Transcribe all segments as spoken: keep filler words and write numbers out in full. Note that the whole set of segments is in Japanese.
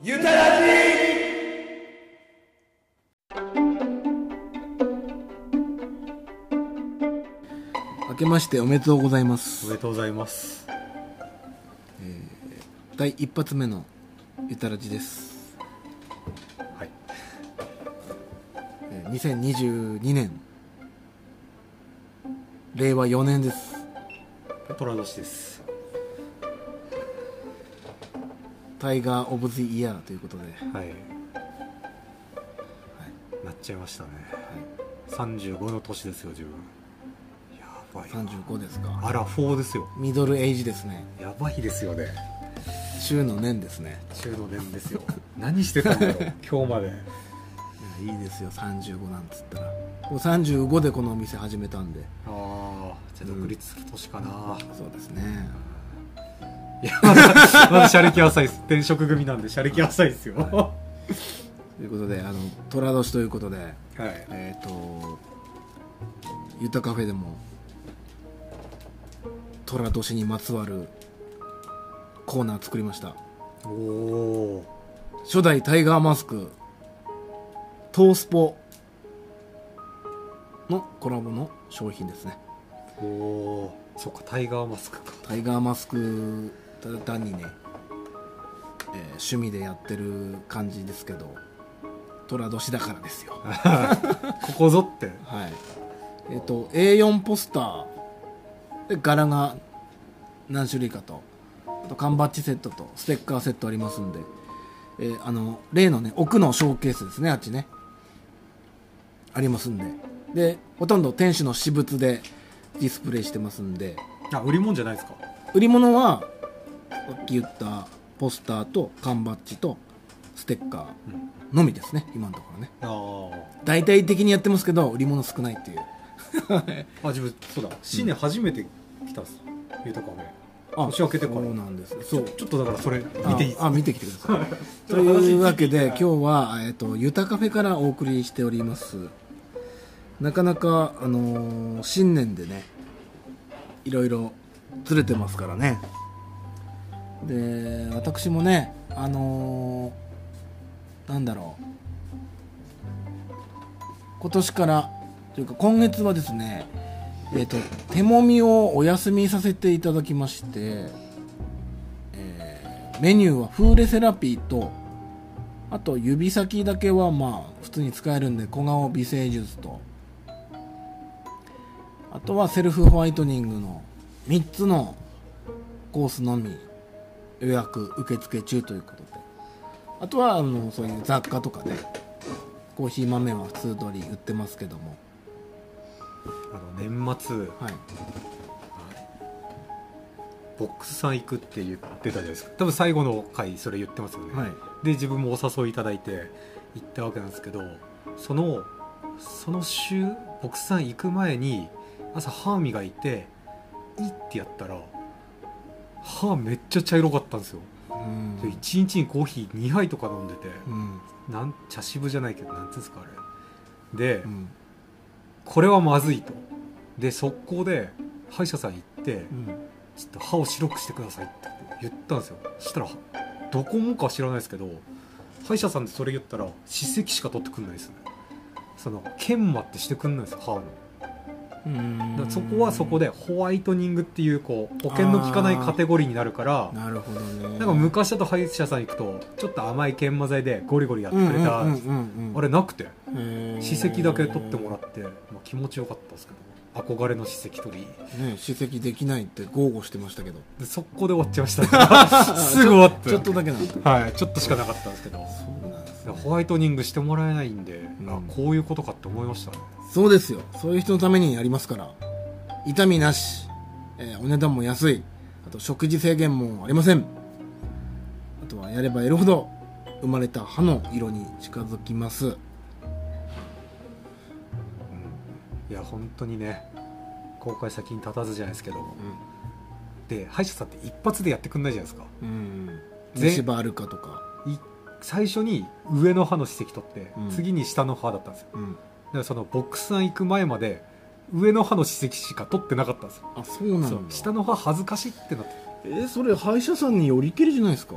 ゆたらじ明けましておめでとうございます。 おめでとうございます、 えー、第一発目のゆたらじです。 はい、 えー、にせんにじゅうにねんれいわよねんです。 虎年です。 タイガーオブザイヤーということで、 はい、はい、なっちゃいましたね、はい、さんじゅうごの年ですよ自分。やばいな。 さんじゅうごですか。 アラフォーですよ。 ミドルエイジですね。 やばいですよね。 中の年ですね。 中の年ですよ何してたんだろう今日まで。 いやいいですよさんじゅうごなんつったら。もうさんじゅうごでこのお店始めたんで。 ああ、じゃあ独立する年かな、うん、 そうですね。 いやまだまだシャレキ浅いです。転職組なんでシャレキ浅いですよ、はい、 ということで、あの寅年ということで、はい、えっ、ー、とゆたカフェでも寅年にまつわるコーナー作りました。 おお。 初代タイガーマスクトースポのコラボの商品ですね。 おお、そっか、タイガーマスクか。タイガーマスクただ単にね、えー、趣味でやってる感じですけど、寅年だからですよここぞって。 はい。えっ、ー、と エーよん ポスターで柄が何種類かと、あと缶バッジセットとステッカーセットありますんで、えー、あの例のね奥のショーケースですね、あっちねありますんで、でほとんど店主の私物でディスプレイしてますんで。 あ、売り物じゃないですか。 売り物はさっき言ったポスターと缶バッジとステッカーのみですね、うん、今のところね。あ、大体的にやってますけど売り物少ないっていうあ、自分そうだ、新年初めて来たんです、ゆたカフェ。年明けてから。そうなんです。そう、ちょっとだからそれ見ていいですか。 ああ、見てきてくださいというわけで今日は、えー、とゆたカフェからお送りしております。なかなか、あのー、新年でねいろいろずれてますからね。で私もね、あのー、なんだろう、今年からというか今月はですね、えーと、手もみをお休みさせていただきまして、えー、メニューはフーレセラピーと、あと指先だけはまあ普通に使えるんで小顔美声術と、あとはセルフホワイトニングのみっつのコースのみ予約受付中ということで、あとはあのそういう雑貨とかでコーヒー豆は普通通り売ってますけども、 あの年末、はい、ボックスさん行くって言ってたじゃないですか。多分最後の回それ言ってますよね、はい、で自分もお誘いいただいて行ったわけなんですけど、そのその週ボックスさん行く前に朝歯磨いていいってやったら歯めっちゃ茶色かったんですよ。うん、いちにちにコーヒーにはいとか飲んでて、うん、なん茶渋じゃないけどなんていうんですかあれで、うん、これはまずいと。で速攻で歯医者さん行って、うん、ちょっと歯を白くしてくださいって言ったんですよ。そしたらどこもか知らないですけど歯医者さんでそれ言ったら歯石しか取ってくんないですね。その研磨ってしてくんないですよ歯の。うーん、だからそこはそこでホワイトニングっていうこう保険の効かないカテゴリーになるから、 なるほどね。 なんか昔だと歯医者さん行くとちょっと甘い研磨剤でゴリゴリやってくれた、あれなくて歯石だけ取ってもらって、まあ、気持ちよかったですけど、憧れの歯石取り、 ね、歯石できないって豪語してましたけど、 で速攻で終わっちゃいましたすぐ終わってちょっとだけなんだ、はい、ちょっとしかなかったんですけど、そうなんですね、ホワイトニングしてもらえないんで、うん、あこういうことかって思いましたね。 そうですよ、そういう人のためにやりますから。痛みなし、えー、お値段も安い、あと食事制限もありません。あとはやればやるほど生まれた歯の色に近づきます、うん、 いや本当にね、公開先に立たずじゃないですけど、うん、で歯医者さんって一発でやってくんないじゃないですか。うん、 虫歯あるかとか最初に上の歯の歯石取って、うん、次に下の歯だったんですよ、うん、だからそのボックスさん行く前まで上の歯の歯石しか取ってなかったんですよ。 あ、そうなんだ。 下の歯恥ずかしいってなって、 えー、それ歯医者さんによりけりじゃないですか。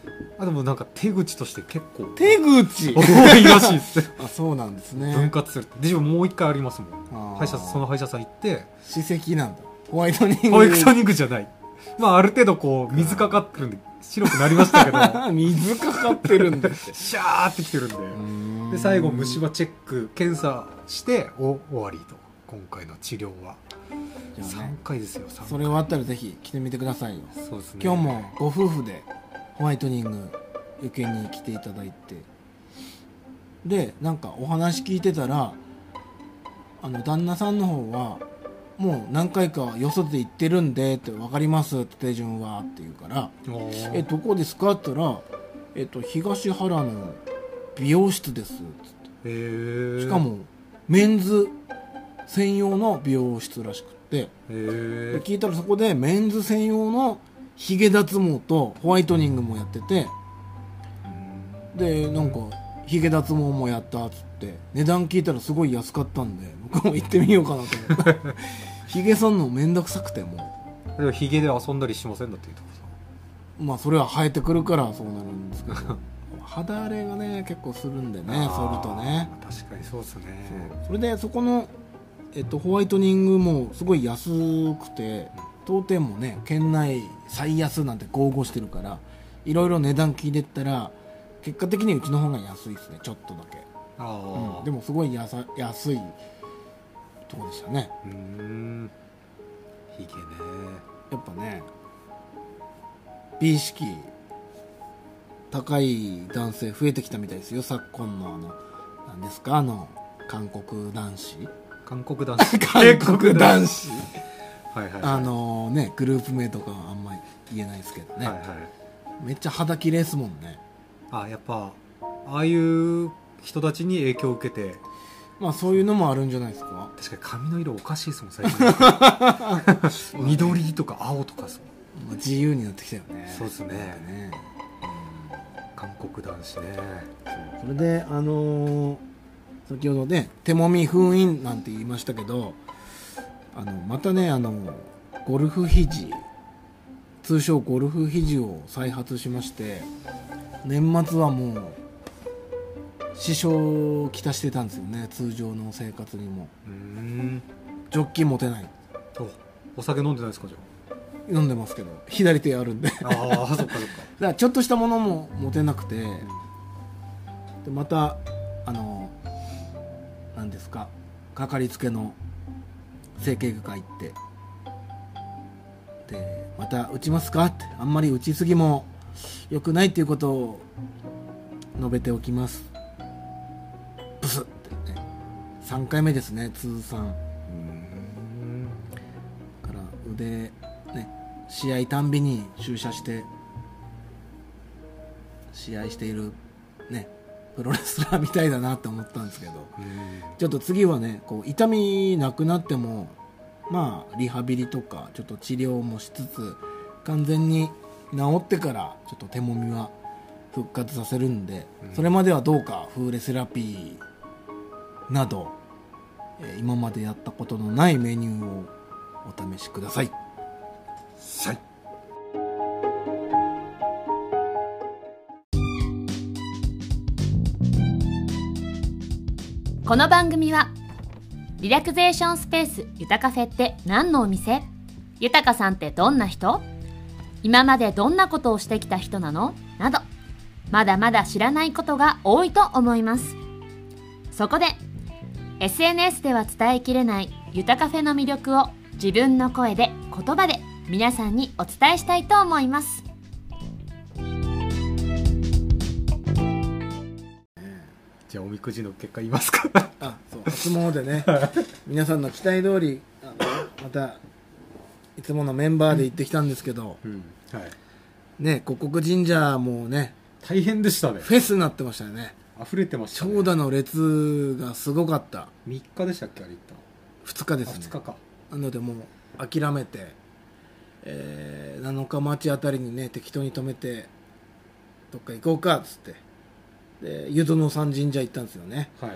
あでもなんか手口として結構手口多いらしいですあ、そうなんですね。 分割するでももう一回ありますもん。 あー歯医者その歯医者さん行って歯石なんだ。ホワイトニングホワイトニングじゃない、まあある程度こう水かかってるんで白くなりましたけど水かかってるんだってシャーってきてるんで、で最後虫歯チェック検査してお終わりと。今回の治療はじゃあねさんかいですよ。さんかいそれ終わったらぜひ来てみてくださいよ。 そうですね。 今日もご夫婦でホワイトニング受けに来ていただいて、でなんかお話聞いてたら、あの旦那さんの方はもう何回かよそで行ってるんでって分かりますって手順はって言うからおーえどこですかって言ったら、えっと、東原の美容室ですっつって、 へーしかもメンズ専用の美容室らしくって、 へーで聞いたらそこでメンズ専用のヒゲ脱毛とホワイトニングもやってて、でなんかヒゲ脱毛もやったっつって値段聞いたらすごい安かったんで僕も行ってみようかなと思ってヒゲ剃んのめんどくさくてもでもヒゲで遊んだりしませんだっていうとこまあそれは生えてくるからそうなるんですけど肌荒れがね結構するんでね剃るとね。 あー確かにそうですね。 それでそこの、えっと、ホワイトニングもすごい安くて当店もね県内最安なんて豪語してるからいろいろ値段聞いてったら結果的にうちの方が安いですねちょっとだけ、 ああ、 うん、でもすごいやさ安いとこでしたね。 うーんヒゲね。 やっぱね美意識高い男性増えてきたみたいですよ昨今のあの何ですかあの韓国男子韓国男子韓国男子はいはいはいあのねグループ名とかはあんまり言えないですけどね、 はいはい、 めっちゃ肌綺麗ですもんね。 あやっぱああいう人たちに影響を受けて。 まあそういうのもあるんじゃないですか。 確かに髪の色おかしいですもん最近緑とか青とかそうまあ自由になってきたよね。 そうですねね、 韓国男子ね。 それであのー先ほどね手もみ封印なんて言いましたけどあのまたねあのゴルフ肘通称ゴルフ肘を再発しまして年末はもう支障をきたしてたんですよね通常の生活にも。 うーんジョッキ持てない。 おお酒飲んでないですかじゃ飲んでますけど左手あるんでだかあああそっかそっからちょっとしたものも持てなくてでまたあの何ですかかかりつけの整形外科行ってでまた打ちますかってあんまり打ちすぎも良くないっていうことを述べておきます。ブスってねさんかいめですね通算うーんから腕ね試合たんびに注射して試合しているねプロレスラーみたいだなって思ったんですけどちょっと次はねこう痛みなくなってもまあリハビリとかちょっと治療もしつつ完全に治ってからちょっと手もみは復活させるんで、うん、それまではどうかフーレセラピーなど、えー、今までやったことのないメニューをお試しください。 はい。 この番組はリラクゼーションスペースゆたカフェって何のお店？ゆたかさんってどんな人？今までどんなことをしてきた人なの？などまだまだ知らないことが多いと思います。そこで エスエヌエス では伝えきれないゆたカフェの魅力を自分の声で言葉で皆さんにお伝えしたいと思います。 じゃあおみくじの結果言いますかあそう初詣ね皆さんの期待通りあのまたいつものメンバーで行ってきたんですけど、 うんはい、 ね五穀神社もね大変でしたね。 フェスになってましたよね。 溢れてましたね。 長蛇の列がすごかった。 みっかでしたっけあれ行ったの？ ふつかですね。 ふつかか。 なのでもう諦めて、えー、なのか町あたりにね適当に止めてどっか行こうかっつってで湯殿山神社行ったんですよね。 はい。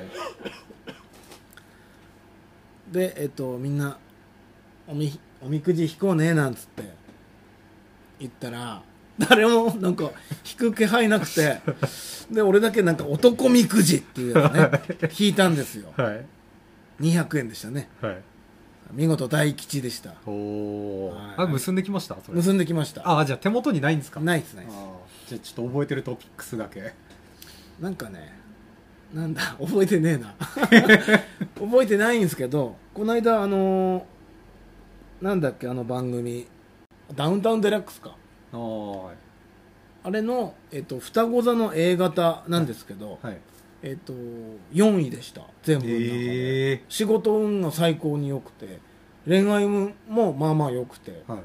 でえっとみんなおみおみくじ引こうねなんつって言ったら誰もなんか引く気配なくてで俺だけなんか男みくじっていうやつね引いたんですよ。 はいにひゃくえんでしたね。 はい見事大吉でした。 おお、 はいあ結んできましたそれ。 結んできました。 ああじゃあ手元にないんですか。 ないですないです。 あじゃあちょっと覚えてるトピックスだけ。 なんかねなんだ覚えてねえな覚えてないんですけど、この間あのー、なんだっけあの番組ダウンタウンデラックスか、 あああれの、えっと、双子座の A 型なんですけど、 はいえっと、よんいでした全部の中で、 えー、 仕事運が最高に良くて恋愛運もまあまあ良くて、 はい、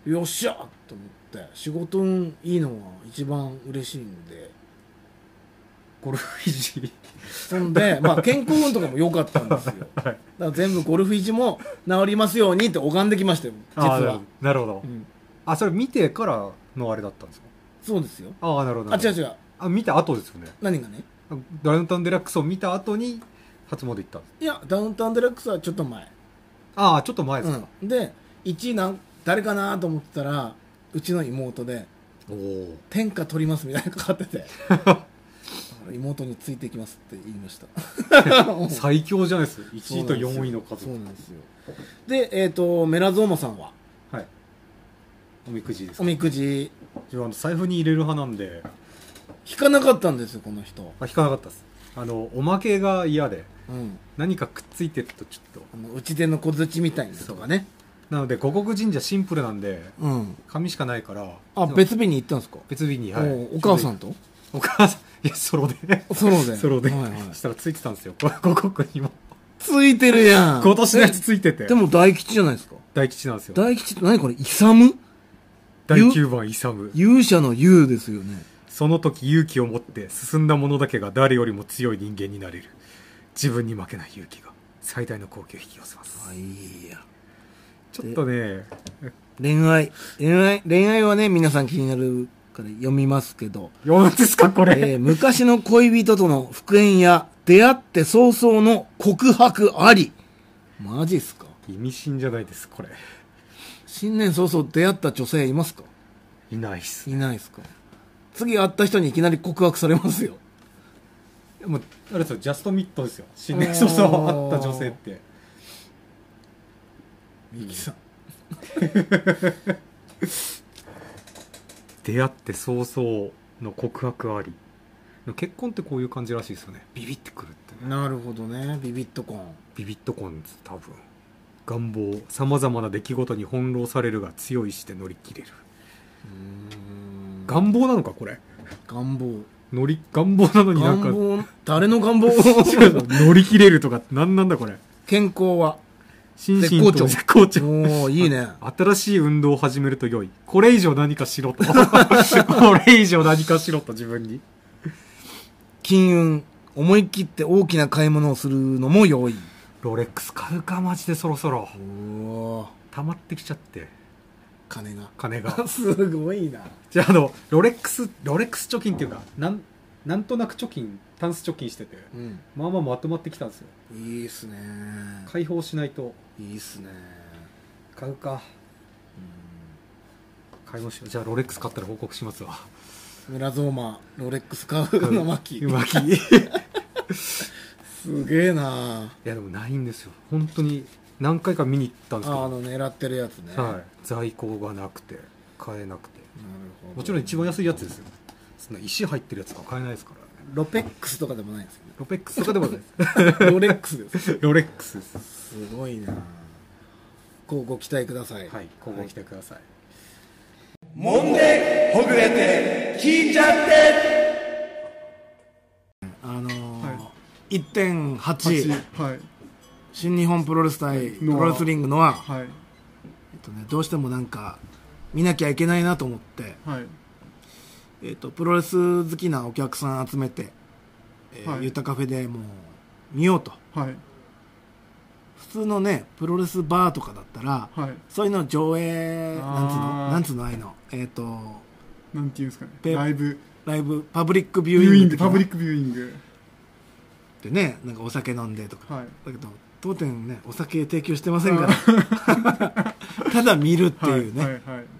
よっしゃと思って仕事運いいのは一番嬉しいんでゴルフ維持そんで、まあ、健康運とかも良かったんですよ、はい、だから全部ゴルフ維持も治りますようにって拝んできましたよ実は。 なるほど、うん、あそれ見てからのあれだったんですか。 そうですよ。 ああなるほど。 あ違う違うあ見た後ですよね。 何がね。 ダウンタウンデラックスを見た後に初詣行ったんです。 いやダウンタウンデラックスはちょっと前。 ああちょっと前ですか、 うん、でいちいなん誰かなと思ってたらうちの妹でおお天下取りますみたいなのかかってて妹についていきますって言いました最強じゃないですか。いちいとよんいの数。 そうなんですよ。でえっ、ー、とメラゾーマさんははいおみくじですか。 おみくじ自分財布に入れる派なんで引かなかったんですよこの人。 あ引かなかったです。あのおまけが嫌で、 うん、 何かくっついてるとちょっとあの内出の小槌みたいなとかね。 なので五穀神社シンプルなんで、うん、紙しかないから。 あ別日に行ったんですか。 別日に、はい、 お, お母さんとお母さんいやソロでソロでソロで、 はいはい、 そしたらついてたんですよ五穀にもついてるやん。 今年のやつついてて。 でも大吉じゃないですか。 大吉なんですよ。 大吉って何これイサム。 だいきゅうばんイサム。 勇者の勇ですよね。 その時勇気を持って進んだ者だけが誰よりも強い人間になれる。自分に負けない勇気が最大の好機を引き寄せます。 あいいや。 ちょっとね恋愛恋愛恋愛はね皆さん気になるから読みますけど。 読むんですかこれ、 えー、昔の恋人との復縁や出会って早々の告白あり。マジっすか。 意味深じゃないですこれ。 新年早々出会った女性いますか。 いないっす。 いないっすか。次会った人にいきなり告白されますよ。 でもあれですよジャストミットですよ新年早々会った女性って。 ミキさん出会って早々の告白あり。結婚ってこういう感じらしいですよね。ビビってくるって、ね、 なるほどね。ビビッとコンビビッとコンです多分。願望さまざまな出来事に翻弄されるが強い意志で乗り切れる。うーん願望なのかこれ。 願望乗り願望なのになんか願望誰の願望乗り切れるとか何なんだこれ。 健康は心身と絶好調。 おーいいね。 新しい運動を始めると良い。これ以上何かしろとこれ以上何かしろと自分に。 金運思い切って大きな買い物をするのも良い。 ロレックス買うかマジでそろそろ。 お溜まってきちゃって金が金がすごいな。 じゃああのロレックスロレックス貯金っていうかなんなんとなく貯金タンス貯金してて、うん、まあまあまとまってきたんですよ。 いいっすね。 解放しないと。 いいっすね。 買うか。うん買いましょう。じゃあロレックス買ったら報告しますわ。 メラゾーマロレックス買うの巻き巻きすげえな。 いやでもないんですよ本当に。何回か見に行ったんですけど。 あの狙ってるやつね。 はい在庫がなくて買えなくて。 なるほど。 もちろん一番安いやつですよ。そんな石入ってるやつが買えないですからね。 ロペックスとかでもないですよね。 ロペックスとかでもないですロレックスですロレックスです。 すごいな。こうご期待ください。 はいこうご期待ください。 もんでほぐれて聞いちゃってあのーはい、 いってんはち、 はい、 新日本プロレス対プロレスリングのは、 はいえっとね、どうしてもなんか見なきゃいけないなと思って、 はいえっと、プロレス好きなお客さん集めて、えーはい、 ユタカフェでもう見ようと、 はい、 普通のねプロレスバーとかだったら、 はい、 そういうの上映なんつうのあーなんつうのああいうのえっ、となんていうんですかねペライブライブパブリックビュビューイングーイング的なパブリックビューイングでねなんかお酒飲んでとか、 はいだけど当店ねお酒提供してませんからただ見るっていうね、 はいはいはい、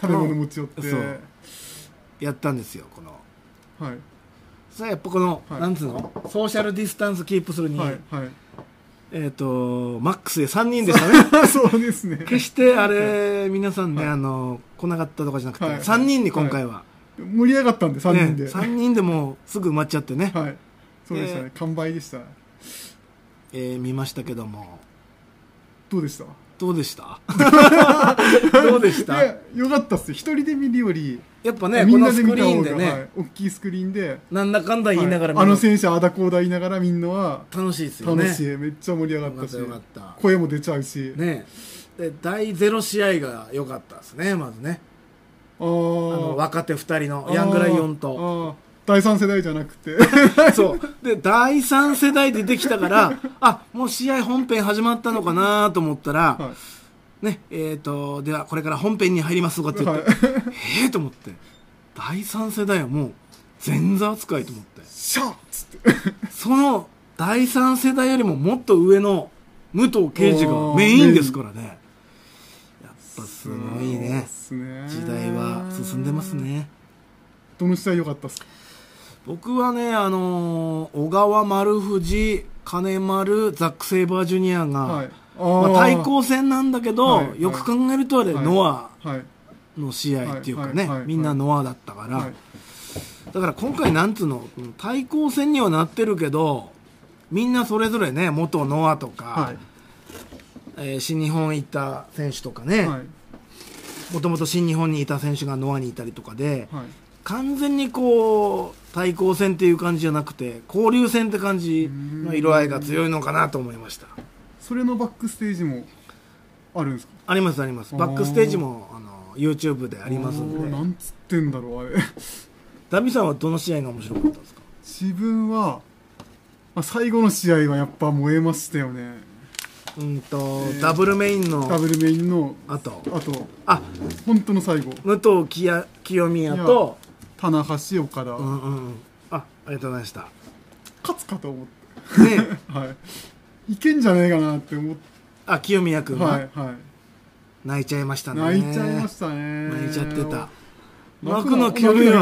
食べ物持ち寄って、 そうやったんですよこの。 はい。 さあやっぱこの、 はい、 なんつうのソーシャルディスタンスキープするに、 はいはい、 えっ、ー、とマックスでさんにんでしたね。 そうですね。 決してあれ皆さんね、はい、あの来なかったとかじゃなくて、はい、さんにんに今回は、はい、 盛り上がったんでさんにんで、 ね、さんにんでもうすぐ埋まっちゃってね。 はい。そうでしたね。完売でした。 えー、見ましたけどもどうでした？ どうでしたどうでした？ いやよかったっすよ。一人で見るよりやっぱねみんなで見た方が、このスクリーンでね、 はい、大きいスクリーンでなんだかんだ言いながら、 はい、あの選手あだこうだ言いながらみんなは楽しいですよね。 楽しい。めっちゃ盛り上がったし、 よかったよかった、 声も出ちゃうしね。でだいゼロ試合が良かったですね。まずね、あの若手ふたりのヤングライオンとだいさん世代じゃなくてそうでだいさん世代でできたからあもう試合本編始まったのかなと思ったら、はいねえー、とではこれから本編に入りますとかって言って、はい、えーと思ってだいさん世代はもう前座扱いと思ってシャーッつってそのだいさん世代よりももっと上の武藤敬司がメインですからね。やっぱすごいね。時代は進んでますね。 どの試合良かったっすか？ 僕はね、あのー、小川丸藤金丸ザック・セイバージュニアが、はいまあ、対抗戦なんだけど、はいはい、よく考えるとあれ、はい、ノアの試合っていうかね、はいはいはい、みんなノアだったから、はい、だから今回なんつうの対抗戦にはなってるけどみんなそれぞれね元ノアとか、はいえー、新日本行った選手とかね、もともと新日本にいた選手がノアにいたりとかで、はい、完全にこう対抗戦っていう感じじゃなくて交流戦って感じの色合いが強いのかなと思いました。 それのバックステージもあるんですか？ ありますあります。バックステージもあの YouTube でありますんで。 なんつってんだろうあれダビさんはどの試合が面白かったですか？ 自分は、まあ、最後の試合はやっぱ燃えましたよね。 うんと、えー、ダブルメインのダブルメインのあとあとあ本当の最後武藤清清宮と棚橋岡田、 うんうん、あありがとうございました。 勝つかと思ってねはいいけんじゃねえかなって思ってあ清宮君が、 はいはい、 泣いちゃいましたね。 泣いちゃいましたね。 泣いちゃってた。泣くの清宮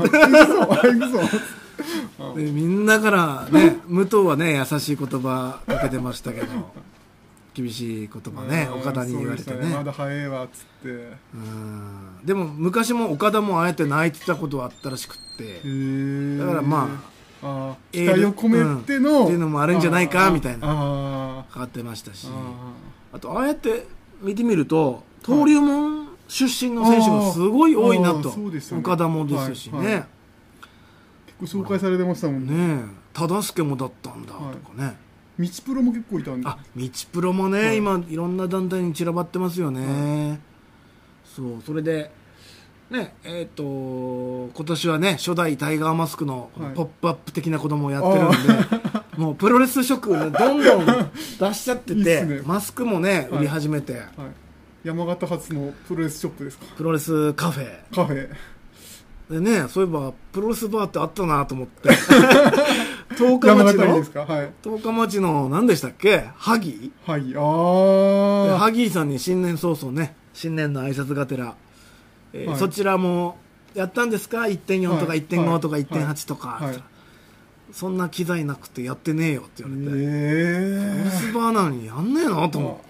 でみんなからね武藤はね優しい言葉かけてましたけど厳しい言葉ね岡田に言われて ね, ねまだ早いわっつって。 うんでも昔も岡田もあえて泣いてたことはあったらしくってだからまああ期待を込めての、うん、 っていうのもあるんじゃないかみたいなかかってましたし あ, あとああやって見てみると登竜門出身の選手がすごい多いなと、ね、岡田もですしね、はいはい、 結構紹介されてましたもんね。 ね忠相もだったんだとかね、はい、 道プロも結構いたんであ道プロもね、はい、今いろんな団体に散らばってますよね、はい、そうそれでねえっ、ー、と今年はね初代タイガーマスクのポップアップ的なこともやってるんで、はい、もうプロレス色、ね、どんどん出しちゃってていい、ね、マスクもね売り始めて、はいはい、 山形発のプロレスショップですか？ プロレスカフェカフェでね、そういえばプロレスバーってあったなと思って十日町の、はい、十日町の何でしたっけハギーハギーあハギーさんに新年早々ね新年の挨拶がてら、えーはい、そちらもやったんですか いってんよん とか いってんご とか いってんはち とか、はいはい、そんな機材なくてやってねえよって言われて、えー、プロレスバーなのにやんねえのと思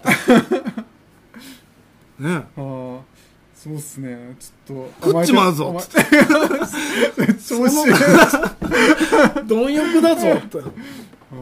ってねあそうっすねちょっと食っちまうぞっつって調子貪欲だぞって、うん、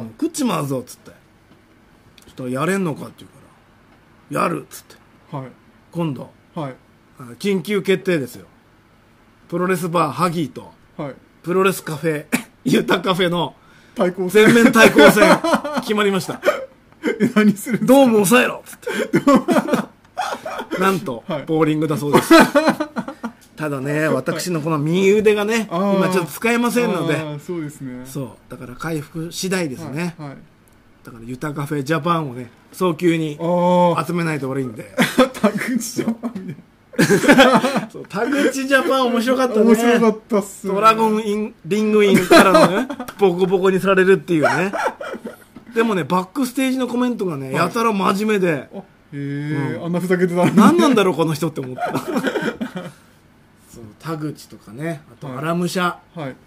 食っちまうぞっつってそしたらやれんのかって言うからやるっつって、はい、今度、はい、緊急決定ですよプロレスバーハギーと、はい、プロレスカフェユタカフェの全面対抗戦決まりましたえ何するんですかドーム抑えろっつってなんと、はい、ボーリングだそうですただね私のこの右腕がね、はい、今ちょっと使えませんのでそうですねそうだから回復次第ですね、はいはい、だからユタカフェジャパンをね早急に集めないと悪いんで田口ジャパンみたいなそう田口ジャパン面白かったね面白かったっすねドラゴンインリングインからのねボコボコにされるっていうねでもねバックステージのコメントがね、はい、やたら真面目でへえ、 うんあんなふざけてたのに何なんだろうこの人って思ったそう田口とかね、あとはい荒武者、 はいあ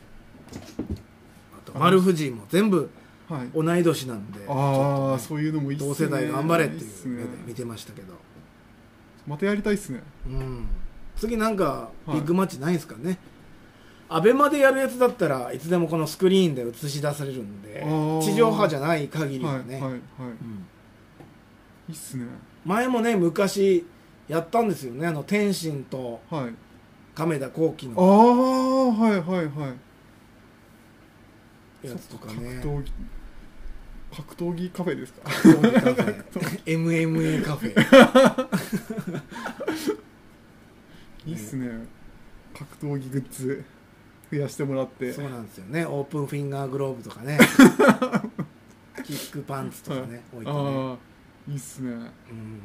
と丸藤も全部はい同い年なんで、ちあょっとあそういうのもいいっすね。 同世代頑張れっていいいっすねう目で見てましたけど、 またやりたいっすね。 うん、次なんかはいビッグマッチないですかね、アベマでやるやつだったらいつでもこのスクリーンで映し出されるんで、 あー地上波じゃない限りははいね、 はいはい。 うんいいっすね。 前もね昔やったんですよね、あの天心とはい。 亀田光輝ああのはいはいはい。 やつとか格ね、 闘技格闘技カフェですか。 格闘技カフェエムエムエー カフェいいっすね。格闘技グッズ増やしてもらって。 そうなんですよね、オープンフィンガーグローブとかねキックパンツとかね、置いてね、 ああいいっすね。 うん、 プ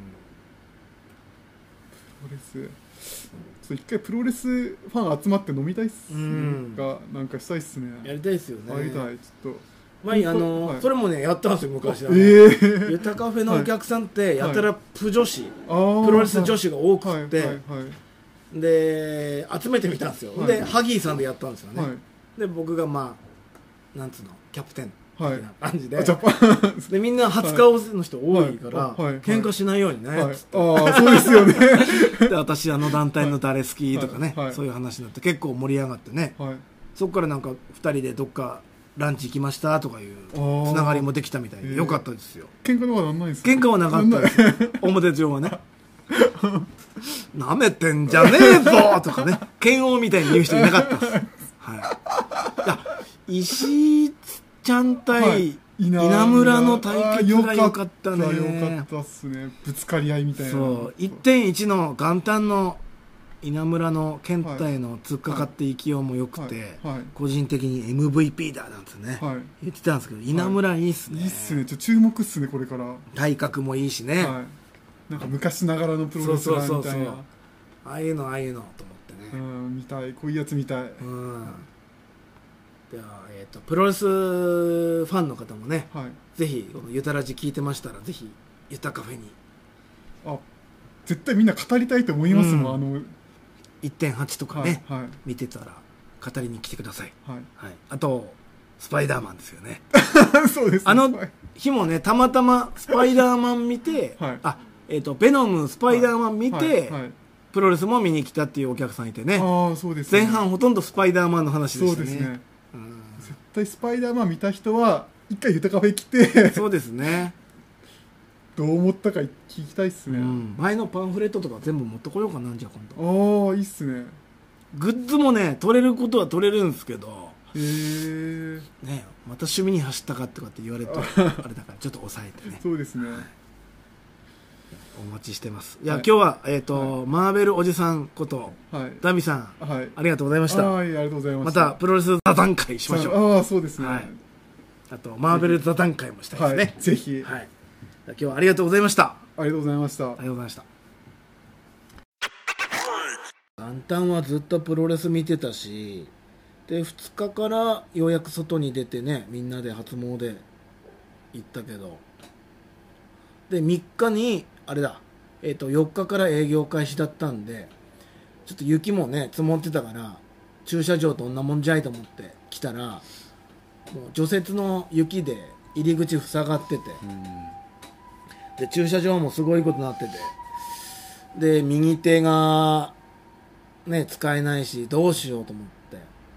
ロレス。そう一回プロレスファン集まって飲みたいっすうんがなんかしたいっすね。 やりたいですよね。 やりたいちょっと。 前あの、 はいそれもねやったんですよ昔。あのええゆたカフェのお客さんってやたらプ女子、 あープロレス女子が多くはいって、 はいはいで集めてみたんですよ、 はいでハギーさんでやったんですよね、 はいで僕がまあなんつうのキャプテンみはいたいな感じで、 あジャパンでみんな初顔の人多いから、 はいはいはい喧嘩しないようにね、 はいつってああそうですよねで私あの団体の誰好きとかね、 はいはいそういう話になって結構盛り上がってね、 はいそこからなんかふたりでどっかランチ行きましたとかいうあーつながりもできたみたいでへーよかったですよ。 喧嘩とかなんないんですか。 喧嘩はなかったですよ表上はねなめてんじゃねえぞとかね剣王みたいに言う人いなかったです、はい、いや石井ちゃん対、 はい稲村の対決が良かったね。 あーよかったっすね。ぶつかり合いみたいな。 そういってんいちの元旦の稲村の健太への突っかかって勢いも良くて、 はいはい個人的に エムブイピー だなんてね、 はい言ってたんですけど稲村いいっすね、 いいっすね。ちょ注目っすねこれから。は体格もいいしね、 い。なんか昔ながらのプロレスラーみたいな。 ああいうのああいうのと思ってうね、 ん見たい。こういうやつ見たい。 うんでは、えー、とプロレスファンの方もね、 はい。 ぜひこのゆたらじ聞いてましたらぜひゆたカフェにあ絶対みんな語りたいと思いますもん。 うんあのいってんはち とかね、 はいはい見てたら語りに来てください、 はい。 はい、あとスパイダーマンですよねそうですね。 あのはい日もねたまたまスパイダーマン見て、 はいあえっ、とベノムスパイダーマン見て、 はいはいプロレスも見に来たっていうお客さんいてね、 ああそうですね。 前半ほとんどスパイダーマンの話でしたねそうですね。 うん絶対スパイダーマン見た人は一回ゆたカフェ来てそうですね、 どう思ったか聞きたいっすね。 うん、前のパンフレットとか全部持ってこようかなじゃあ今度ああいいっすね。 グッズもね取れることは取れるんですけどへえねまた趣味に走ったかとかって言われるとあれだからちょっと抑えてねそうですね。 お待ちしてますいや、 はい今日は、えーとマーベルおじさんことはいダミさんはい。 ありがとうございましたはいありがとうございまました。 たプロレス座談会しましょうああそうですね。 はいあとマーベル座談会もしたいですねはい。ぜひ、 はい、今日はありがとうございましたありがとうございました。 ありがとうございました元旦はずっとプロレス見てたしでふつかからようやく外に出てねみんなで初詣行ったけどでみっかにあれだ、えー、とよっかから営業開始だったんでちょっと雪もね積もってたから駐車場どんなもんじゃいと思って来たらもう除雪の雪で入り口塞がっててで駐車場もすごいことになっててで右手がね使えないしどうしようと思って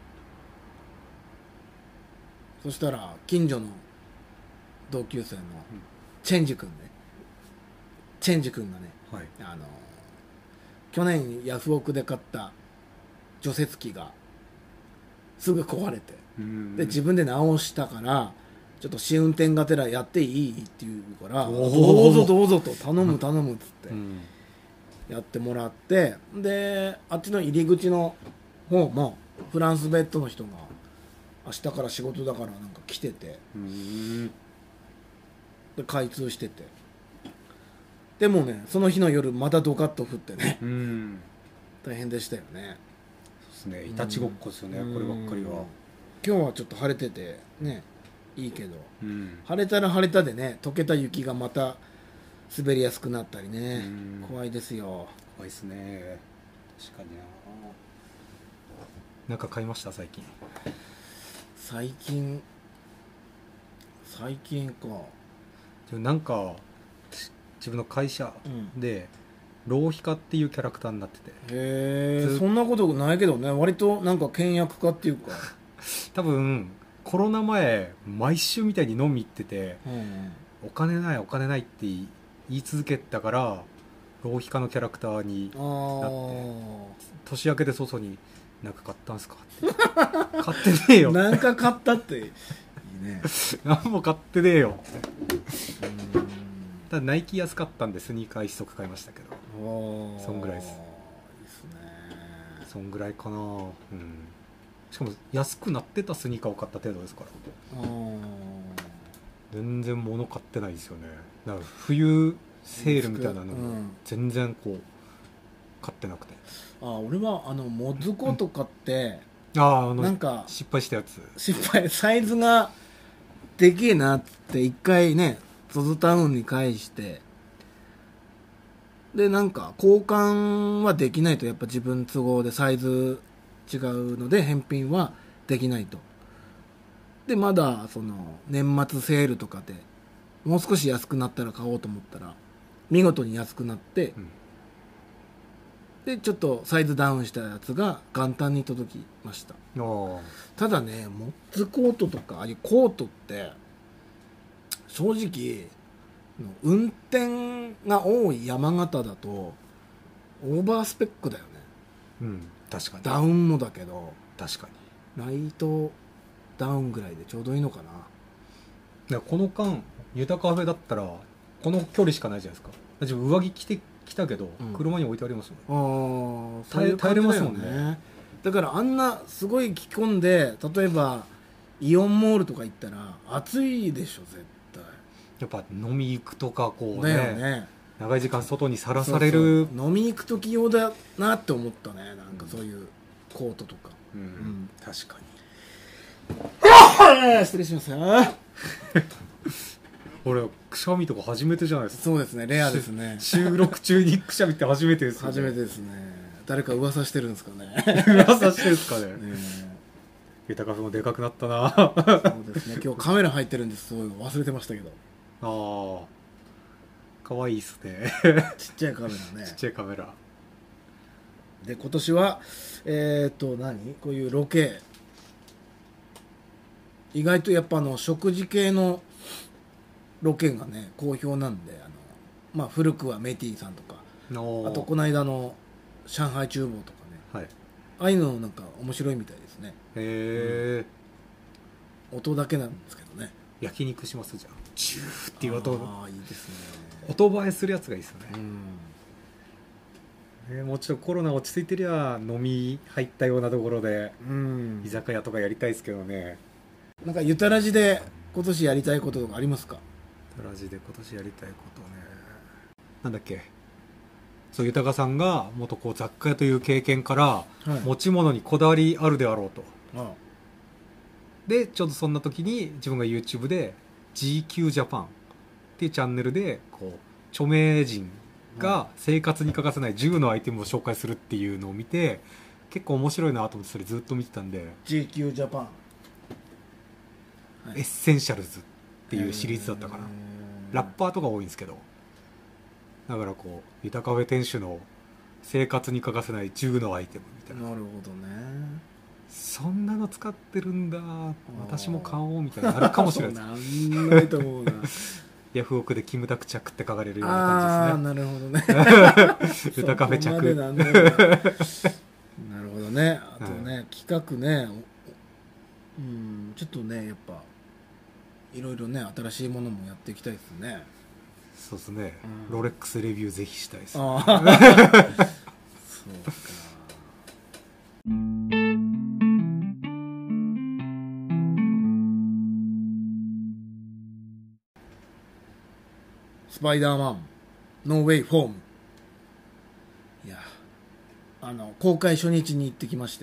そしたら近所の同級生のチェンジ君ねチェンジ君がねはいあの去年ヤフオクで買った除雪機がすぐ壊れてで自分で直したからちょっと試運転がてらやっていいって言うからおーどうぞどうぞと頼む頼むっつってうんやってもらってであっちの入り口の方もフランスベッドの人が明日から仕事だからなんか来ててうんで開通しててでもねその日の夜またドカッと降ってねうん大変でしたよねそうですねいたちごっこですよねこればっかりは今日はちょっと晴れててねいいけどうん晴れたら晴れたでね溶けた雪がまた滑りやすくなったりね、 うん怖いですよ。 怖いですね。確かにな。なんか買いました最近。 最近最近か。 でもなんか自分の会社うんで浪費家っていうキャラクターになってて、 へえ、 ずそんなことないけどね。割となんか倹約家っていうか、 多分コロナ前毎週みたいに飲み行ってて、 うんうん、 お金ないお金ないって言い続けたから浪費家のキャラクターにあなってー年明けで早々になんか買ったんすかって買ってねえよなんか買ったっていいね。 何も買ってねえよ。 うんただナイキ安かったんでスニーカー一足買いましたけど、 おーそんぐらいです。 いいですね。 そんぐらいかな。うん、しかも安くなってたスニーカーを買った程度ですからあー全然物買ってないですよね。だから冬セールみたいなのもうん全然こう買ってなくて、 あー俺はあのモズコとかってあああのなんか失敗したやつ。 失敗サイズがでけえなって一回ねゾゾタウンに返してでなんか交換はできないとやっぱ自分都合でサイズ違うので返品はできないと。でまだその年末セールとかでもう少し安くなったら買おうと思ったら見事に安くなって、 うんでちょっとサイズダウンしたやつが元旦に届きました。 あただねモッツコートとかああいうコートって正直運転が多い山形だとオーバースペックだよね。 あうん確かにダウンもだけど確かに。 ライトダウンぐらいでちょうどいいのかな。 だからこの間ユタカフェだったらこの距離しかないじゃないですか。自分上着着てきたけど、 うん車に置いてありますもん。 ああ耐え耐えれますもんね。 だからあんなすごい着込んで例えばイオンモールとか行ったら暑いでしょ絶対。 やっぱ飲み行くとかこうだねよね。 長い時間外にさらされる。 そうそう飲みに行く時用だなって思ったね。なんかそういうコートとか、 うんん確かに。 失礼しますよ。 俺くしゃみとか初めてじゃないですか。 そうですね、レアですね。 収録中にくしゃみって初めてですよ、ね、 初めてですね。誰か噂してるんですかね。 噂してるんですかね。 ねユタカフェもでかくなったな。 えそうですね。今日カメラ入ってるんです。そういうの忘れてましたけど。 ああかわいいっすね。 ちっちゃいカメラね。 ちっちゃいカメラ。 で今年はえっ、ー、と何こういうロケ意外とやっぱあの食事系のロケがね好評なんで、あのまあ古くはメティさんとか、あとこの間の上海厨房とかね、 はい、 ああいうのなんか面白いみたいですね。 へえ、 うん、音だけなんですけどね。 焼肉しますじゃんチューっていう音。 ああいいですね。 音映えするやつがいいですよね。 うん、 えー、もうちょっとコロナ落ち着いてりゃ飲み入ったようなところで、 うん、 居酒屋とかやりたいですけどね。 なんかゆたらじで今年やりたいこととかありますか？ ラジで今年やりたいことね、なんだっけ、そう豊さんが元こう雑貨屋という経験から、はい、持ち物にこだわりあるであろうと。ああでちょうどそんな時に自分が YouTube で ジーキュー ジャパンっていうチャンネルでこう著名人が生活に欠かせないじゅうのアイテムを紹介するっていうのを見て結構面白いなと思ってそれずっと見てたんで、 ジーキュー ジャパン、はい、 エッセンシャルズっていうシリーズだったかな。ラッパーとか多いんですけど、だからこうユタカフェ店主の生活に欠かせないじゅうのアイテムみたいな。 なるほどね。 そんなの使ってるんだ私も買おうみたいなのあるかもしれないですなんないと思うな。 ヤフオクでキムタク着って書かれるような感じですね。 ああなるほどね。 ユタカフェ着。 なるほどね。あとね、はい、企画ね、うんちょっとねやっぱいろいろね新しいものもやっていきたいですね。 そうですね、 うん、 ロレックスレビューぜひしたいです、ね、 あそうか。スパイダーマンノーウェイフォーム、いやあの公開初日に行ってきまして、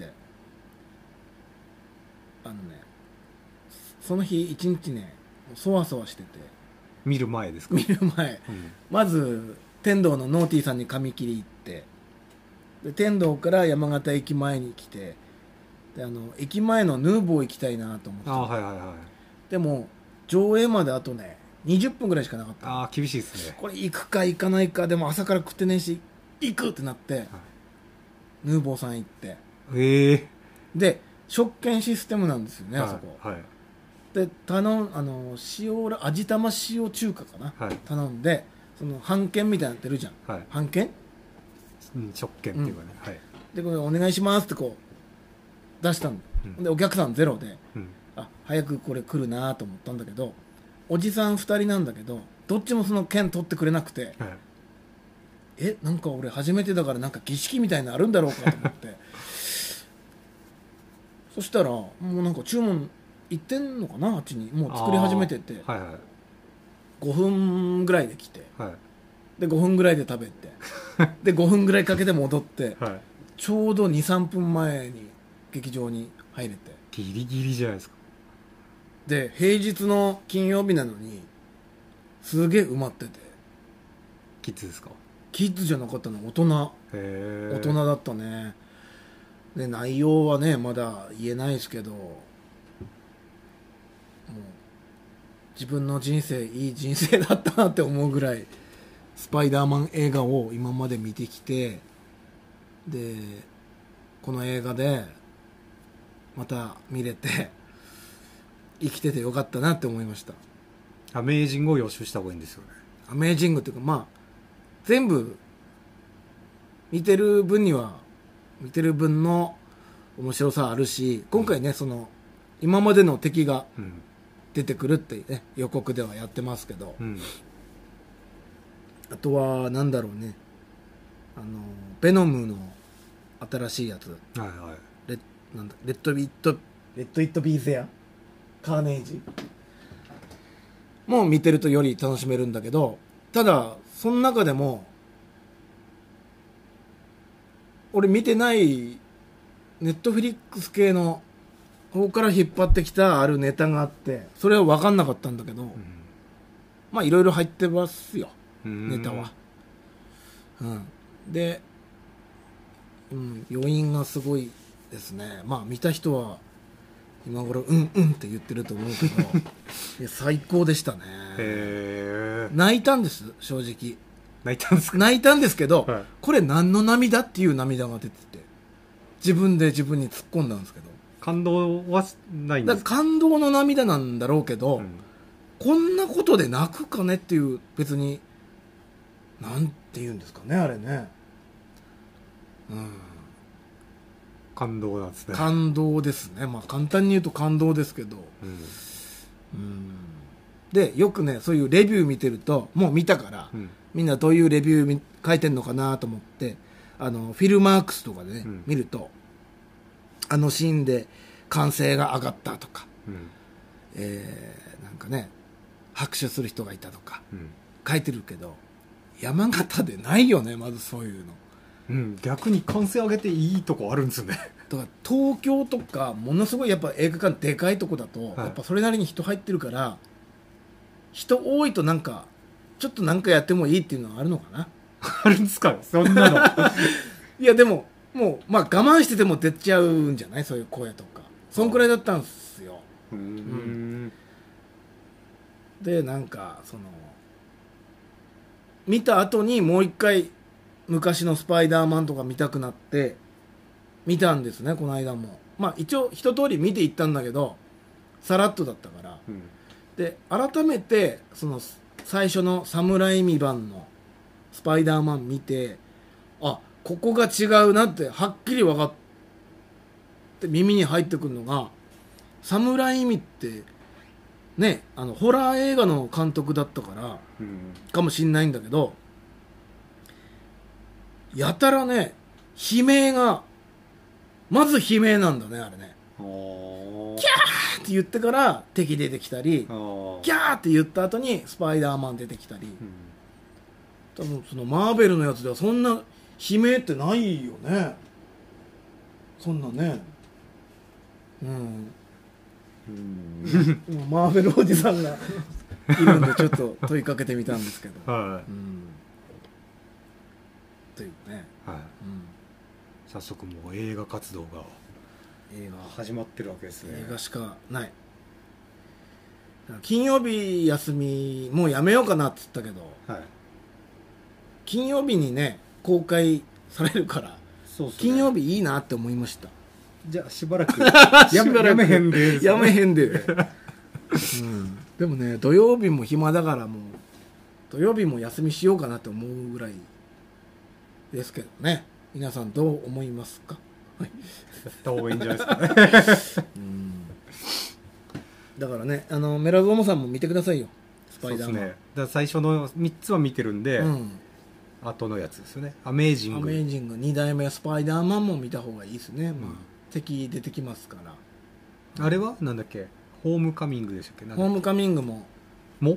あのねその日一日ねそわそわしてて、 見る前ですか？ 見る前、 うん、 まず天童のノーティーさんに髪切り行って、で天童から山形駅前に来て、であの駅前のヌーボー行きたいなと思って、 あ、はいはいはい、 でも上映まであとねにじゅっぷんぐらいしかなかった。 あ、厳しいですね。 これ行くか行かないか、でも朝から食ってねえし行くってなって、はい、ヌーボーさん行って、 ええー、 で食券システムなんですよね、 はい、 あそこ、 はい、 で頼んあの塩ら味玉塩中華かな、はい、頼んでその半券みたいになってるじゃん、はい、半券、 うん、食券っていうかね、うん、はい、 でこれお願いしますってこう出したん、うん、でお客さんゼロで、うん、あ早くこれ来るなと思ったんだけど、おじさんふたりなんだけどどっちもその券取ってくれなくて、はい、えなんか俺初めてだからなんか儀式みたいなのあるんだろうかと思ってそしたらもうなんか注文行ってんのかな、あっちにもう作り始めてて、はいはい、ごふんぐらいで来て、はい、でごふんぐらいで食べてでごふんぐらいかけて戻って、はい、ちょうど にさんぷんまえに劇場に入れて、 ギリギリじゃないですか。 で平日の金曜日なのにすげえ埋まってて、 キッズですか？ キッズじゃなかったの、大人。へ大人だったね。で内容はねまだ言えないですけど、もう自分の人生いい人生だったなって思うぐらいスパイダーマン映画を今まで見てきて、でこの映画でまた見れて生きててよかったなって思いました。 アメージングを予習した方がいいんですよね。 アメージングっていうか、まあ全部見てる分には見てる分の面白さあるし、今回ね、うん、その今までの敵が出てくるってね、予告ではやってますけど、うん、あとはなんだろうね、あのベノムの新しいやつ、はいはい、レッなんだレッドビットレッドイットビーゼアカーネージもう見てるとより楽しめるんだけど、ただその中でも俺見てないネットフリックス系の方から引っ張ってきたあるネタがあって、それは分かんなかったんだけど、うん、まあいろいろ入ってますよネタは、うん、で、うん、余韻がすごいですね。まあ見た人は今頃うんうんって言ってると思うけどいや最高でしたね。へー、泣いたんです、正直泣いたんですか？ 泣いたんですけど、はい、これ何の涙っていう涙が出てて、自分で自分に突っ込んだんですけど、 感動はないんですか？ だから感動の涙なんだろうけど、うん、こんなことで泣くかねっていう、別になんて言うんですかね、あれね、うん、 感動なんですね。 感動ですね。まあ簡単に言うと感動ですけど、うん、うんでよくねそういうレビュー見てると、もう見たから、うん、みんなどういうレビュー書いてんのかなと思って、あのフィルマークスとかでね、うん、見るとあのシーンで歓声が上がったとか、うん、えー、なんかね拍手する人がいたとか、うん、書いてるけど、山形でないよね、まずそういうの。 うん、逆に歓声上げていいとこあるんですよね。 だから東京とかものすごいやっぱ映画館でかいとこだと、はい、やっぱそれなりに人入ってるから、人多いとなんかちょっとなんかやってもいいっていうのはあるのかな。 あるんですか、そんなのいやでももうまあ我慢してても出ちゃうんじゃない、そういう声とか、そんくらいだったんですよ。うーん、うん、でなんかその見た後にもう一回昔のスパイダーマンとか見たくなって見たんですね、この間も。まあ一応一通り見ていったんだけど、さらっとだったから、うん、で改めてその最初のサムライミ版のスパイダーマン見て、あ、ここが違うなってはっきり分かって耳に入ってくるのが、サムライミってね、あのホラー映画の監督だったから、うん、かもしんないんだけど、やたらね悲鳴がまず悲鳴なんだね、あれね。キャーって言ってから敵出てきたり、キャーって言った後にスパイダーマン出てきたり、うん、多分そのマーベルのやつではそんな悲鳴ってないよね、そんなね。うん、うんマーベルおじさんがいるんでちょっと問いかけてみたんですけど、 はうん、というね、 い、はい、 うん、 早速もう映画活動が映画始まってるわけですね。 映画しかない。金曜日休みもうやめようかなって言ったけど、 はい、 金曜日にね公開されるからそうっすね、 金曜日いいなって思いました。 じゃあしばらくやめやめへんで、 やめへんで、うん、でもね土曜日も暇だからもう土曜日も休みしようかなって思うぐらいですけどね。皆さんどう思いますか？ やった方がいいんじゃないですかね。 うん、だからねあのメラゾーモさんも見てくださいよ、スパイダーマン。 そうですね、だから最初のみっつは見てるんで、 うん、 後のやつですよね、アメージンアグ。 メージングにだいめスパイダーマンも見た方がいいですね、 うん、 まあ、敵出てきますから。 あれはなんだっけ、ホームカミングでしたっけ、なんだっけホームカミングもも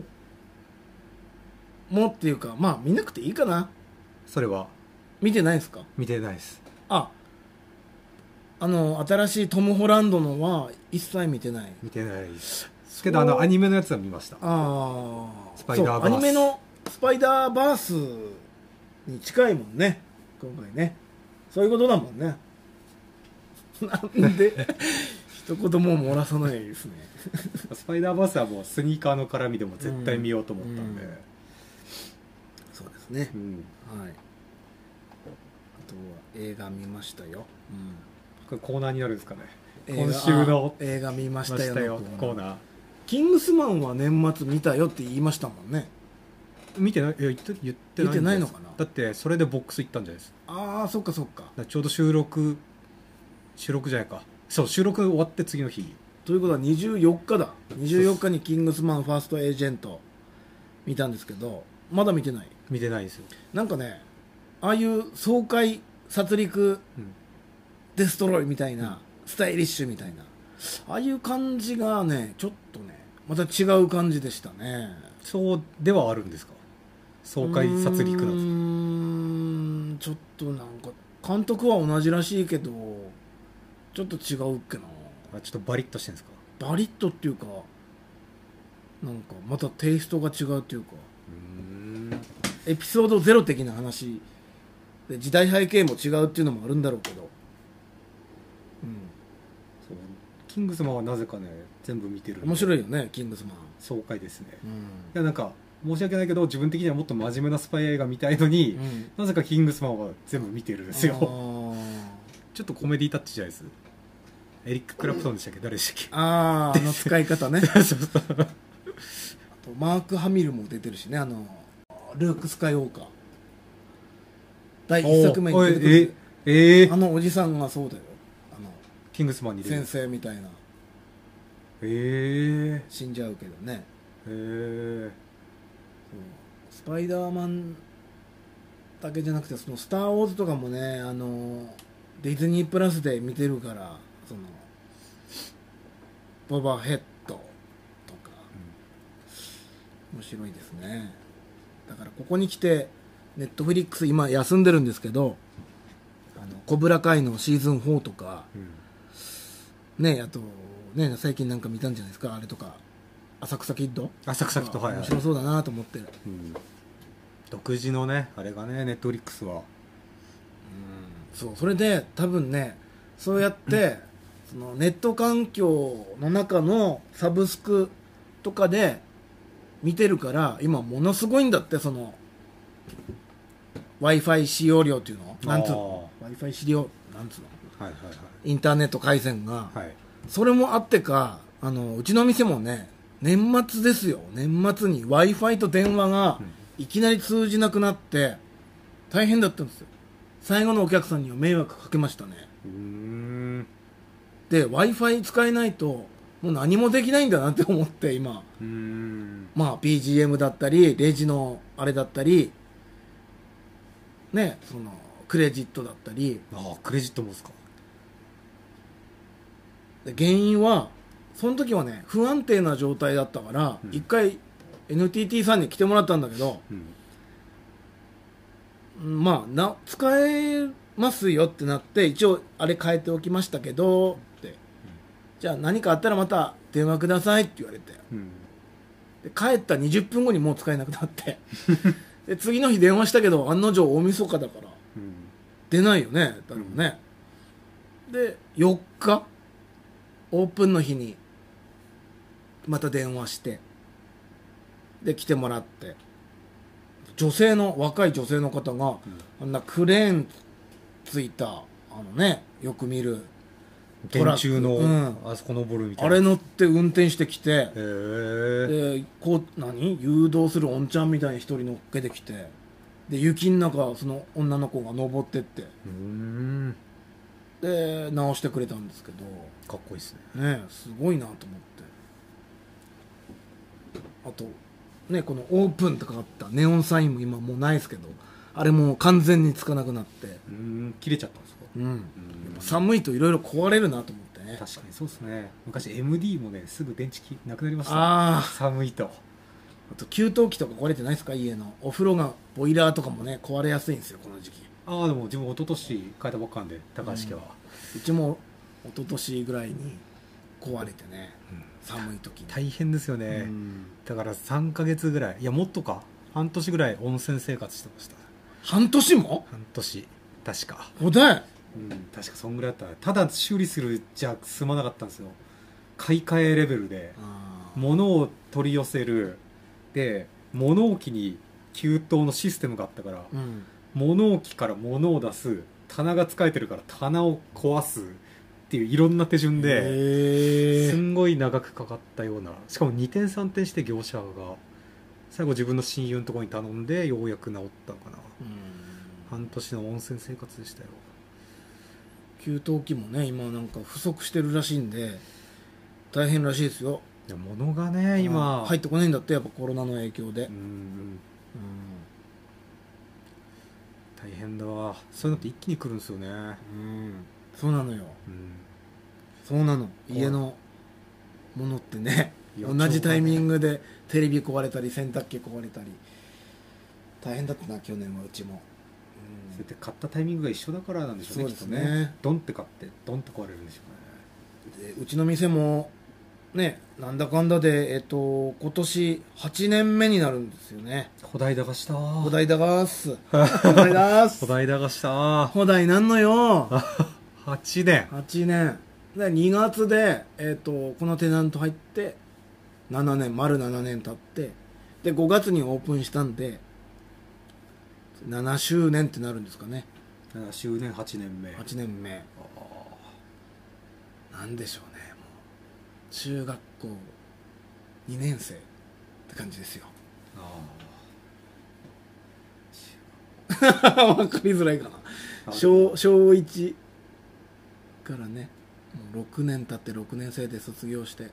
もっていうかまあ見なくていいかな。 それは見てないですか？ 見てないです。 ああの新しいトム・ホランドのは一切見てない。 見てないですけど、あのアニメのやつは見ました。 ああスパイダーバース、 そうアニメのスパイダーバースに近いもんね今回ね。そういうことだもんね。なんで一言も漏らさないですね。 スパイダーバースはもうスニーカーの絡みでも絶対見ようと思ったんで、 うんうんそうですね、 うんはい。あとは映画見ましたよ、 これコーナーになるんですかね、 うん、 今週の映画見ましたよのコーナー。 キングスマンは年末見たよって言いましたもんね。 見てない、いや言って言ってないん見てないのかな。 だってそれでボックス行ったんじゃないですか。 ああそっかそっか。 だからちょうど収録収録じゃないか、そう収録終わって次の日ということはにじゅうよっかだ。にじゅうよっかにキングスマンファーストエージェント見たんですけどまだ見てない。 見てないんですよ。 なんかねああいう爽快殺戮うんデストロイみたいな、スタイリッシュみたいなああいう感じがねちょっとねまた違う感じでしたね。 そうではあるんですか、爽快殺戮なんですか。 うーんちょっとなんか監督は同じらしいけどちょっと違うっけな。 あちょっとバリッとしてるんですか。 バリッとっていうかなんかまたテイストが違うっていうかうーんエピソードゼロ的な話で時代背景も違うっていうのもあるんだろうけど、うん、 そうキングスマンはなぜかね全部見てるんで面白いよねキングスマン、 爽快ですね。 うんいやなんか申し訳ないけど自分的にはもっと真面目なスパイ映画見たいのに、 うんなぜかキングスマンは全部見てるんですよ。 あーちょっとコメディタッチじゃないです。エリック・クラプトンでしたっけ、誰でしたっけ。 あーあの使い方ねそうそうあとマーク・ハミルも出てるしね、あのルーク・スカイウォーカーだいいっさくめに出てくるえええあのおじさんがそうだよ、あのキングスマンに出る先生みたいなええ死んじゃうけどね。 えそうスパイダーマンだけじゃなくてそのスター・ウォーズとかもねあのディズニープラスで見てるからそのボバヘッドとか、うん、面白いですね。だからここに来てネットフリックス今休んでるんですけどあのコブラカイのシーズンフォーとか、うん、ねあとね最近なんか見たんじゃないですかあれとか浅草キッド浅草キッドはいはい面白そうだなと思ってる、 うん独自のねあれがねネットフリックスは、うん、 そうそれで多分ねそうやってそのネット環境の中のサブスクとかで見てるから今ものすごいんだってその Wi-Fi 使用量っていうのなんつうの Wi-Fi 使用なんつうの、 はいはいはい、 インターネット回線が、 はい、 それもあってかあのうちの店もね年末ですよ年末に Wi-Fi と電話が、うんいきなり通じなくなって大変だったんですよ。最後のお客さんには迷惑かけましたね。 うーんで Wi-Fi 使えないともう何もできないんだなって思って今うーんまあ ビージーエム だったりレジのあれだったりねそのクレジットだったりああクレジットもですか。 で原因はその時はね不安定な状態だったから一、うん、回エヌティーティー さんに来てもらったんだけど、うん、まあな使えますよってなって一応あれ変えておきましたけどって、うん、じゃあ何かあったらまた電話くださいって言われて、うん、 で帰ったにじゅっぷんごにもう使えなくなってで次の日電話したけど案の定大晦日だからうん出ないよね誰もね、でよっかオープンの日にまた電話してで来てもらって女性の若い女性の方が、あんなクレーンついたあのねよく見るトラック電柱の、 うん、 あそこ登るみたいなあれ乗って運転してきて、 へえでこう何誘導するおんちゃんみたいに一人乗っけてきてで雪の中その女の子が登ってってうーんで直してくれたんですけどかっこいいですねねすごいなと思ってあとねこのオープンとかあったネオンサインも今もうないですけどあれもう完全につかなくなってうーん切れちゃったんですかうん寒いといろいろ壊れるなと思ってね確かにそうですね昔 エムディー もねすぐ電池きなくなりましたああ寒いとあと給湯器とか壊れてないですか家のお風呂がボイラーとかもね壊れやすいんですよこの時期ああでも自分一昨年変えたばっかなんで高橋家は、 うちも一昨年ぐらいに壊れてね、うん、寒い時に大変ですよね、うん、だからさんかげつぐらいいやもっとか半年ぐらい温泉生活してました半年も半年確かおだいうん確かそんぐらいだったただ修理するじゃ済まなかったんですよ買い替えレベルで物を取り寄せるで物置に給湯のシステムがあったから、うん、物置から物を出す棚が使えてるから棚を壊すっていういろんな手順ですんごい長くかかったようなしかもにてんさんてんして業者が最後自分の親友のところに頼んでようやく治ったのかな、うん、半年の温泉生活でしたよ給湯器もね今なんか不足してるらしいんで大変らしいですよいや物がね今入ってこないんだってやっぱコロナの影響でうん、うん、 大変だわそういうのって一気に来るんですよねうんそうなのよ、うん、そうなの家のものってね同じタイミングでテレビ壊れたり洗濯機壊れたり大変だったな去年はうちもそうやって買ったタイミングが一緒だからなんでしょうね。そうですね。きっとねドンって買ってドンって壊れるんでしょうね。でうちの店もねなんだかんだでえっと今年はちねんめになるんですよね。 ほだいだがした。 ほだいだがっす。ほだいだす。 ほだいだがした。 ほだいなんのよ。 はちねん。 はちねん。でにがつでえっとこのテナント入ってななねん丸ななねん経ってでごがつにオープンしたんで。ななしゅうねんってなるんですかねななしゅうねんはちねんめはちねんめなんでしょうねもう中学校にねん生って感じですよあ分かりづらいかな小小いちからねもうろくねん経ってろくねん生で卒業しては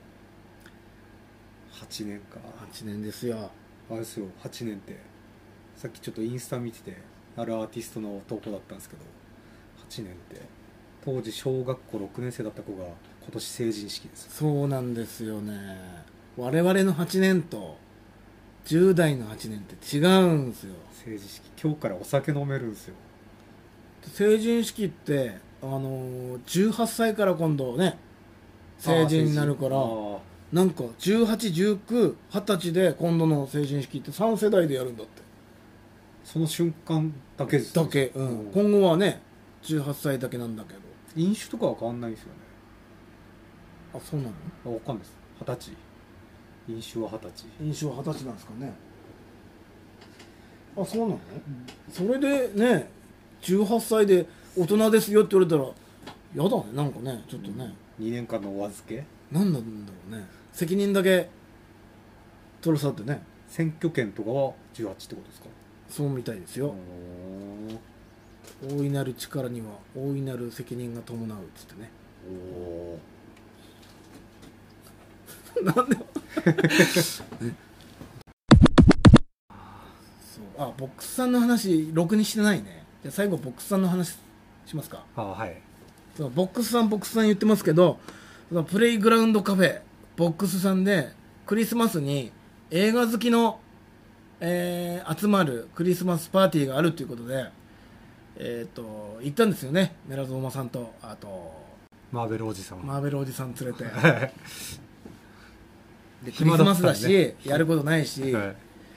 ちねんかはちねんですよあれですよはちねんってさっきちょっとインスタ見ててあるアーティストの投稿だったんですけどはちねんって当時小学校ろくねん生だった子が今年成人式です。 そうなんですよね我々のはちねんとじゅう代のはちねんって違うんですよ成人式今日からお酒飲めるんですよ成人式ってあのじゅうはっさいから今度ね成人になるからなんかじゅうはち、じゅうきゅう、はたちで今度の成人式ってさん世代でやるんだってその瞬間だけですだけ、うん、今後はねじゅうはっさいだけなんだけど飲酒とかは変わんないんですよねあそうなのあ分かんないですはたち飲酒ははたち飲酒ははたちなんですかねあそうなの、うん、それでねじゅうはっさいで大人ですよって言われたらやだねなんかねちょっとね、 うん、にねんかんのお預け何なんだろうね責任だけ取らさってね選挙権とかはじゅうはちってことですかそうみたいですよ大いなる力には大いなる責任が伴うっつってねおなんでそうあボックスさんの話ろくにしてないねじゃあ最後ボックスさんの話しますかあはいそうボックスさんボックスさん言ってますけどプレイグラウンドカフェボックスさんでクリスマスに映画好きのえー、集まるクリスマスパーティーがあるということで、えー、と行ったんですよねメラゾーマさんとあとマーベルおじさんマーベルおじさん連れてでクリスマスだし、ね、やることないし、はい、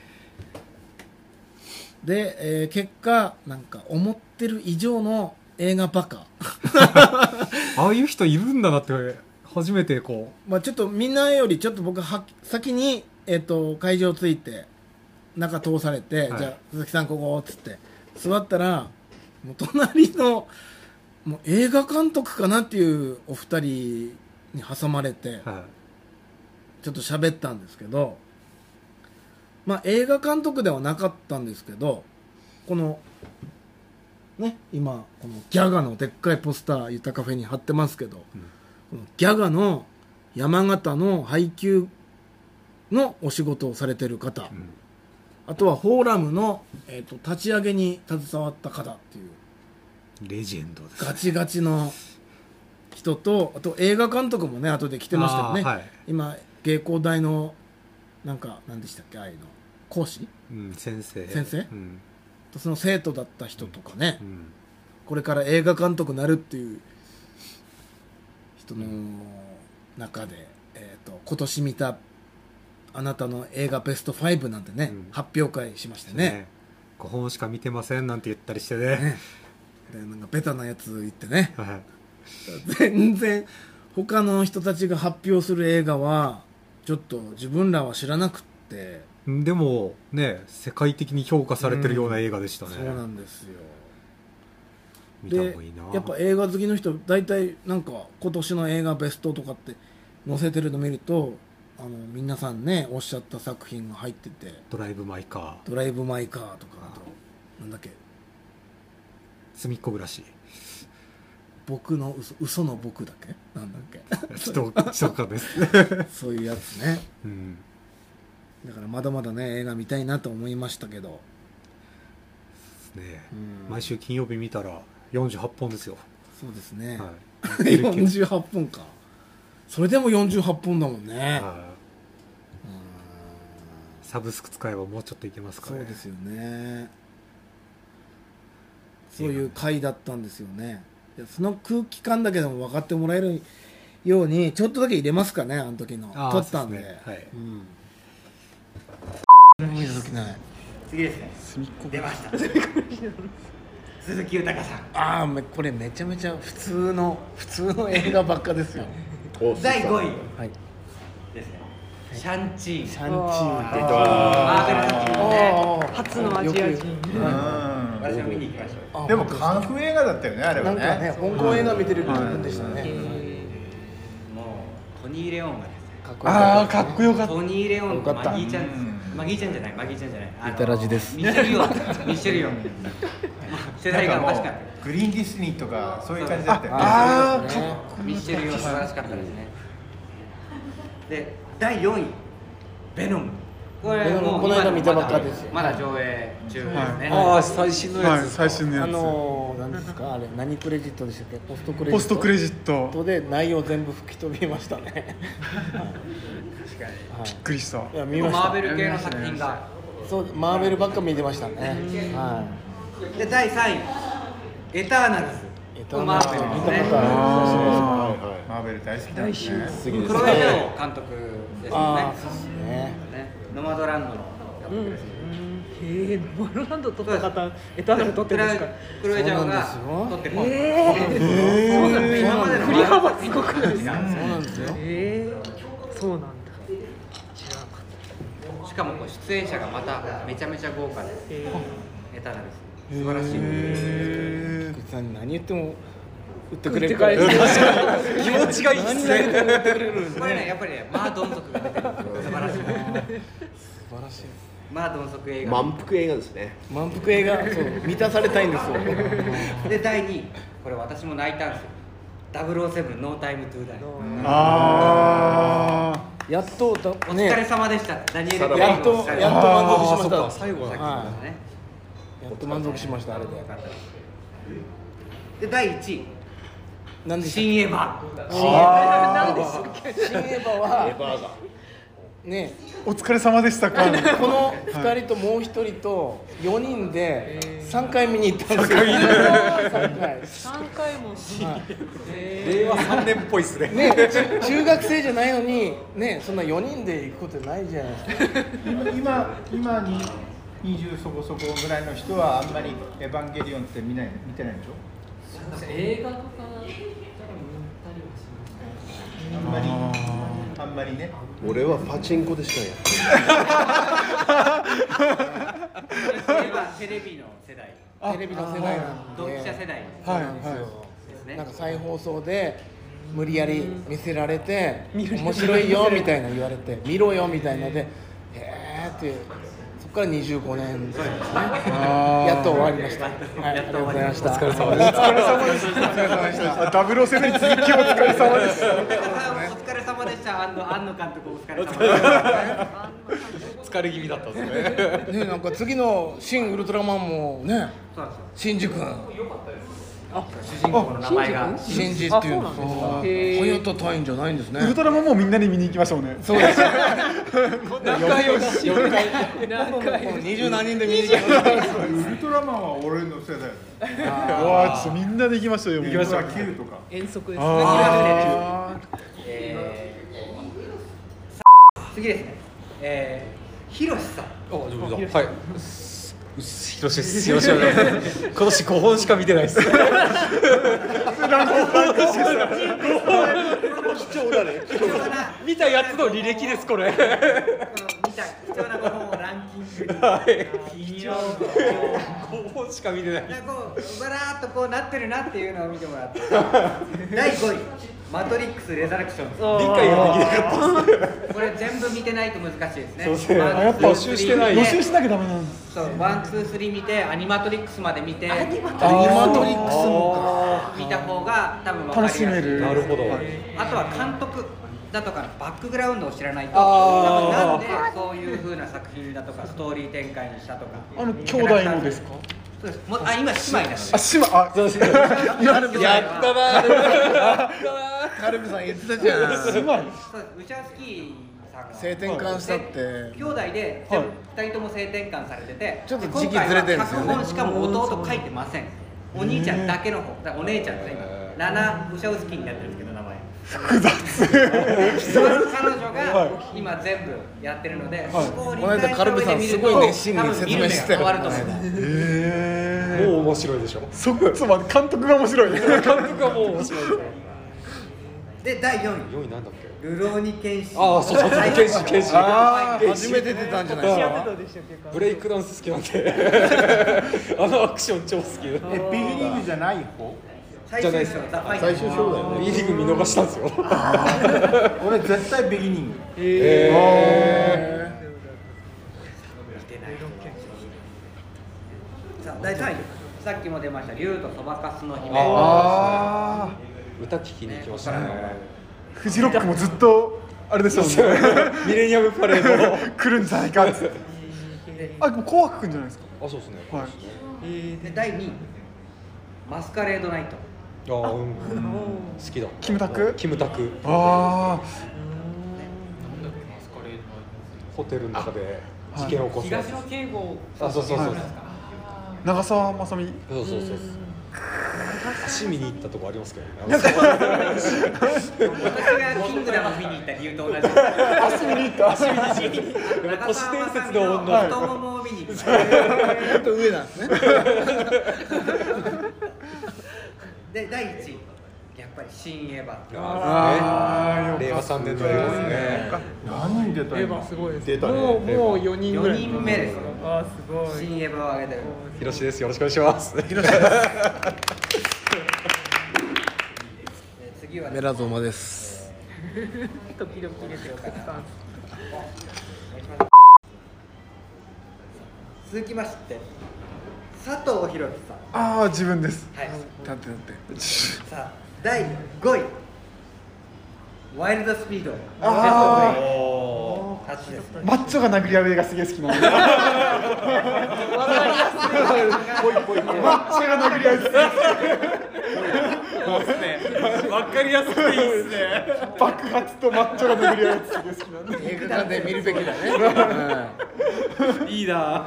で、えー、結果なんか思ってる以上の映画バカああいう人いるんだなって初めてこう、まあ、ちょっとみんなよりちょっと僕は先に、えー、と会場着いて中通されて、はい、じゃあ鈴木さんここっつって座ったらもう隣のもう映画監督かなっていうお二人に挟まれて、はい、ちょっと喋ったんですけど、まあ映画監督ではなかったんですけど、このね今このギャガのでっかいポスターゆたカフェに貼ってますけど、うん、このギャガの山形の配給のお仕事をされてる方、うん、あとはフォーラムの、えーと、立ち上げに携わった方っていうレジェンドです、ね、 ガチガチの人と、あと映画監督もね後で来てましたよね、はい、今芸工大のなんか何でしたっけああいうの講師、 うん、先生先生、うん、とその生徒だった人とかね、 うん、 これから映画監督になるっていう人の中で、えーと、今年見たあなたの映画ベストファイブなんてね、うん、発表会しましてね、ねごほんしか見てませんなんて言ったりしてね、 ねでなんかベタなやつ言ってね、はい、全然他の人たちが発表する映画はちょっと自分らは知らなくって、 でもね世界的に評価されてるような映画でしたね、 うん、そうなんですよ。 見た方がいいな。 やっぱ映画好きの人大体なんか今年の映画ベストとかって載せてるの見るとあの皆さんねおっしゃった作品が入ってて、 ドライブ・マイ・カードライブ・マイ・カーとか、あとなんだっけすみっこ暮らし、 僕の嘘嘘の僕だっけなんだっけちょっとちょっとですそういうやつね、 うん、 だからまだまだね映画見たいなと思いましたけどね、うん、毎週金曜日見たらよんじゅうはっぽんですよ。 そうですね、 はい、 よんじゅうはっぽんか。それでもよんじゅうはっぽんだもんね、はい、うんサブスク使えばもうちょっといけますかね。 そうですよね。そういう回だったんですよね。いやその空気感だけでも分かってもらえるようにちょっとだけ入れますかね、あの時の撮ったんで、 ね、はい、 うん、見た時ない。 次ですね、出ました鈴木豊さん。 ああこれめちゃめちゃ普通の普通の映画ばっかですよだいごい、 はい、 ですね、シャンチー。 シャンチーマーベル作品ね、 初のアジア人。 私も見に行きましょう。でもカンフー映画だったよね、あれはね。 なんかね、香港映画見てる気分でしたね。 もうトニー・レオンがですね、 ああかっこよかった。 トニー・レオンとマギーちゃん、マギーちゃんじゃないマギーちゃんじゃない、 イタラジです。 ミシェルヨン、ミシェルヨン世代がおかしかった。 グリーンディスニーとかそういう感じだったよね。 ああミシェルヨン素晴らしかったですね。でだいよんい、ベノム。これもうこの間見たばっかですよ。 まだ上映中ですね。 ああ最新のやつ。 最新のやつ。 あの何ですかあれ、何クレジットでしたっけ？ポストクレジット。 ポストクレジットで内容全部吹き飛びましたね。 確かに。 びっくりした。いや見ました。マーベル系の作品が。 そうマーベルばっか見てましたね。はい。 でだいさんい、エターナルズ。マーベルですね。 マーベル大好きだですね。 クロエ・ジョー監督ですよね。 そうですね。 ノマドランドの監督です。 へえ、ノマドランド撮った方、エターナル撮ってるんですか。 クロエ・ジョーが撮ってる。へえ。今までの振り幅すごくないですか。 そうなんですよ。 へえ、そうなんだ。 しかもこう出演者がまためちゃめちゃ豪華で、エターナルズ。素晴らしい。 菊池さんに何言っても売ってくれるから。気持ちがいいですね。 これねやっぱりねマードンソクが出てる。素晴らしい。素晴らしい。 マードンソク映画。 満腹映画ですね。 満腹映画そう満たされたいんですよ。 でだいにい、これ私も泣いたんですよ。ダブルオーセブンノータイムトゥーダイ。 ああ。 やっとお疲れ様でした。ダニエル・クレイグ。 やっとやっと満足しました。 最後だ。 はいやっと満足しましたあれで。 でだいいちい、 なんで新エヴァ。 新エヴァ。新エヴァはねお疲れ様でしたか。 このふたりともうひとりとよにんでさんかい見に行ったんですよ。さんかいさんかいも令和さんねんっぽいっすね。 ね中中学生じゃないのにねそんなよにんで行くことないじゃないですか。 今今ににじゅうそこそこぐらいの人はあんまりエヴァンゲリオンって見ない見てないでしょ。 映画とかあんまりあんまりね。 俺はパチンコでしかやってテレビの世代テレビの世代なんでドンピシャ世代はいですね。 なんか再放送で無理やり見せられて面白いよみたいな言われて見ろよみたいなでへえってそこからにじゅうごねんですね。やっと終わりました。はい、ありがとうございました。お疲れ様でした。お疲れ様でした。お疲れ様でした。 ダブルセブン続きお疲れ様でした。 お疲れ様でした。庵野庵野監督お疲れ様でした。 疲れ気味だったんですね。 ねなんか次の新ウルトラマンもね新次君。 主人公の名前が新次っていうの。早田隊員じゃないんですね。 ウルトラマンもみんなで見に行きましたもんね。 そうです。 仲良し。 もう二十何人で見に行きました。 ウルトラマンは俺の世代。 わあちょっとみんなで行きましたよ。 行きました。キューとか。 遠足ですね。 あえー次ですね。えーひろしさん。 あ、上手だ。はい。ひろしです。よろしくお願いします。今年ごほんしか見てないです。 貴重だね。 見たやつの履歴ですこれ。 見た貴重なごほんをランキングに。はい。 ごほんしか見てない。 こうバラーっとこうなってるなっていうのを見てもらって。だいごい。マトリックスレザレクション。 理解ができなかったです。 これ全部見てないと難しいですね。 そうですね。やっぱ予習してない。 予習しなきゃダメなんです。 そう、ワン、ツー、スリー見て、アニマトリックスまで見て、アニマトリックスも見た方が多分分かりやすい。 楽しめる。 なるほど。 あとは監督だとかのバックグラウンドを知らないと、多分なんでそういう風な作品だとかストーリー展開にしたとか。 あの兄弟のですか。 そうです。もうあ今姉妹だ。 あ姉妹あそうですね。 やったな。カルビさん言ってたじゃん。 姉妹。 そうウチャスキーさんが性転換したって兄弟でふたりとも性転換されてて、 ちょっと時期ずれてるんですよね。 今回は脚本しかも弟書いてません。お兄ちゃんだけの方、だからお姉ちゃんですね。ラナ・ウシャウスキーになってるんですけど名前。 複雑。 彼女が今全部やってるので、この間カルビさんすごい熱心に説明してたよ。 終わると思います。 ええ。 もう面白いでしょ。 そっちまで監督が面白い。監督がもう面白い。 でだいよんい。 よんいなんだっけ。 ルローニケンシ。 ああそうそうケンシケンシ。 ああ初めて出たんじゃないですか。 ブレイクダンス好きなんで。あのアクション超好き。 えビギニングじゃない方？ 最終章最終章だよね。 ビギニング見逃したんですよ。 俺絶対ビギニング。 ええ。 見てない。さあだいさんい。さっきも出ました竜とそばかすの姫。 ああ。 歌聞きに行きましたね。 フジロックもずっとあれですよね。 ミレニアムパレード来るんじゃないかって。あ、でも紅白くんじゃないですか。 あ、そうですね。 はい。 でだいにい。マスカレードナイト。 ああ、うん。好きだ。 キムタク？ キムタク。 ああ。 ホテルの中で事件を起こす。 東野圭吾。 あ、そうそうそう。 長澤まさみ。 そうそうそう。足見に行ったとこありますけどね。 私がキングダム見に行った理由と同じ。 足見に行った。足見に行った。都市伝説の女。太ももを見に行った。 ちょっと上なんですね。 でだいいちい。やっぱり新エヴァ。 ああ、令和さんねんのエヴァですね。 何人出た？ エヴァすごいです。 出たね。 もうもうよにんぐらい。 よにんめです。 ああすごい。 新エヴァを上げてる。 ひろしです。よろしくお願いします。 ひろしです。 次はメラゾーマです。 時々入れてください。 続きまして佐藤弘樹さん。 ああ、自分です。 はい。 立って立って。 さあだいごい。ワイルドスピード。 ああ。初ですね。 マッチョが殴り合う映画すげえ好きなんで。マッチョが殴り合う好き。 そうですね。わかりやすくていいですね。 爆発とマッチョが巡り合うやつ好きなんで。 映画館で見るべきだね。 いいな。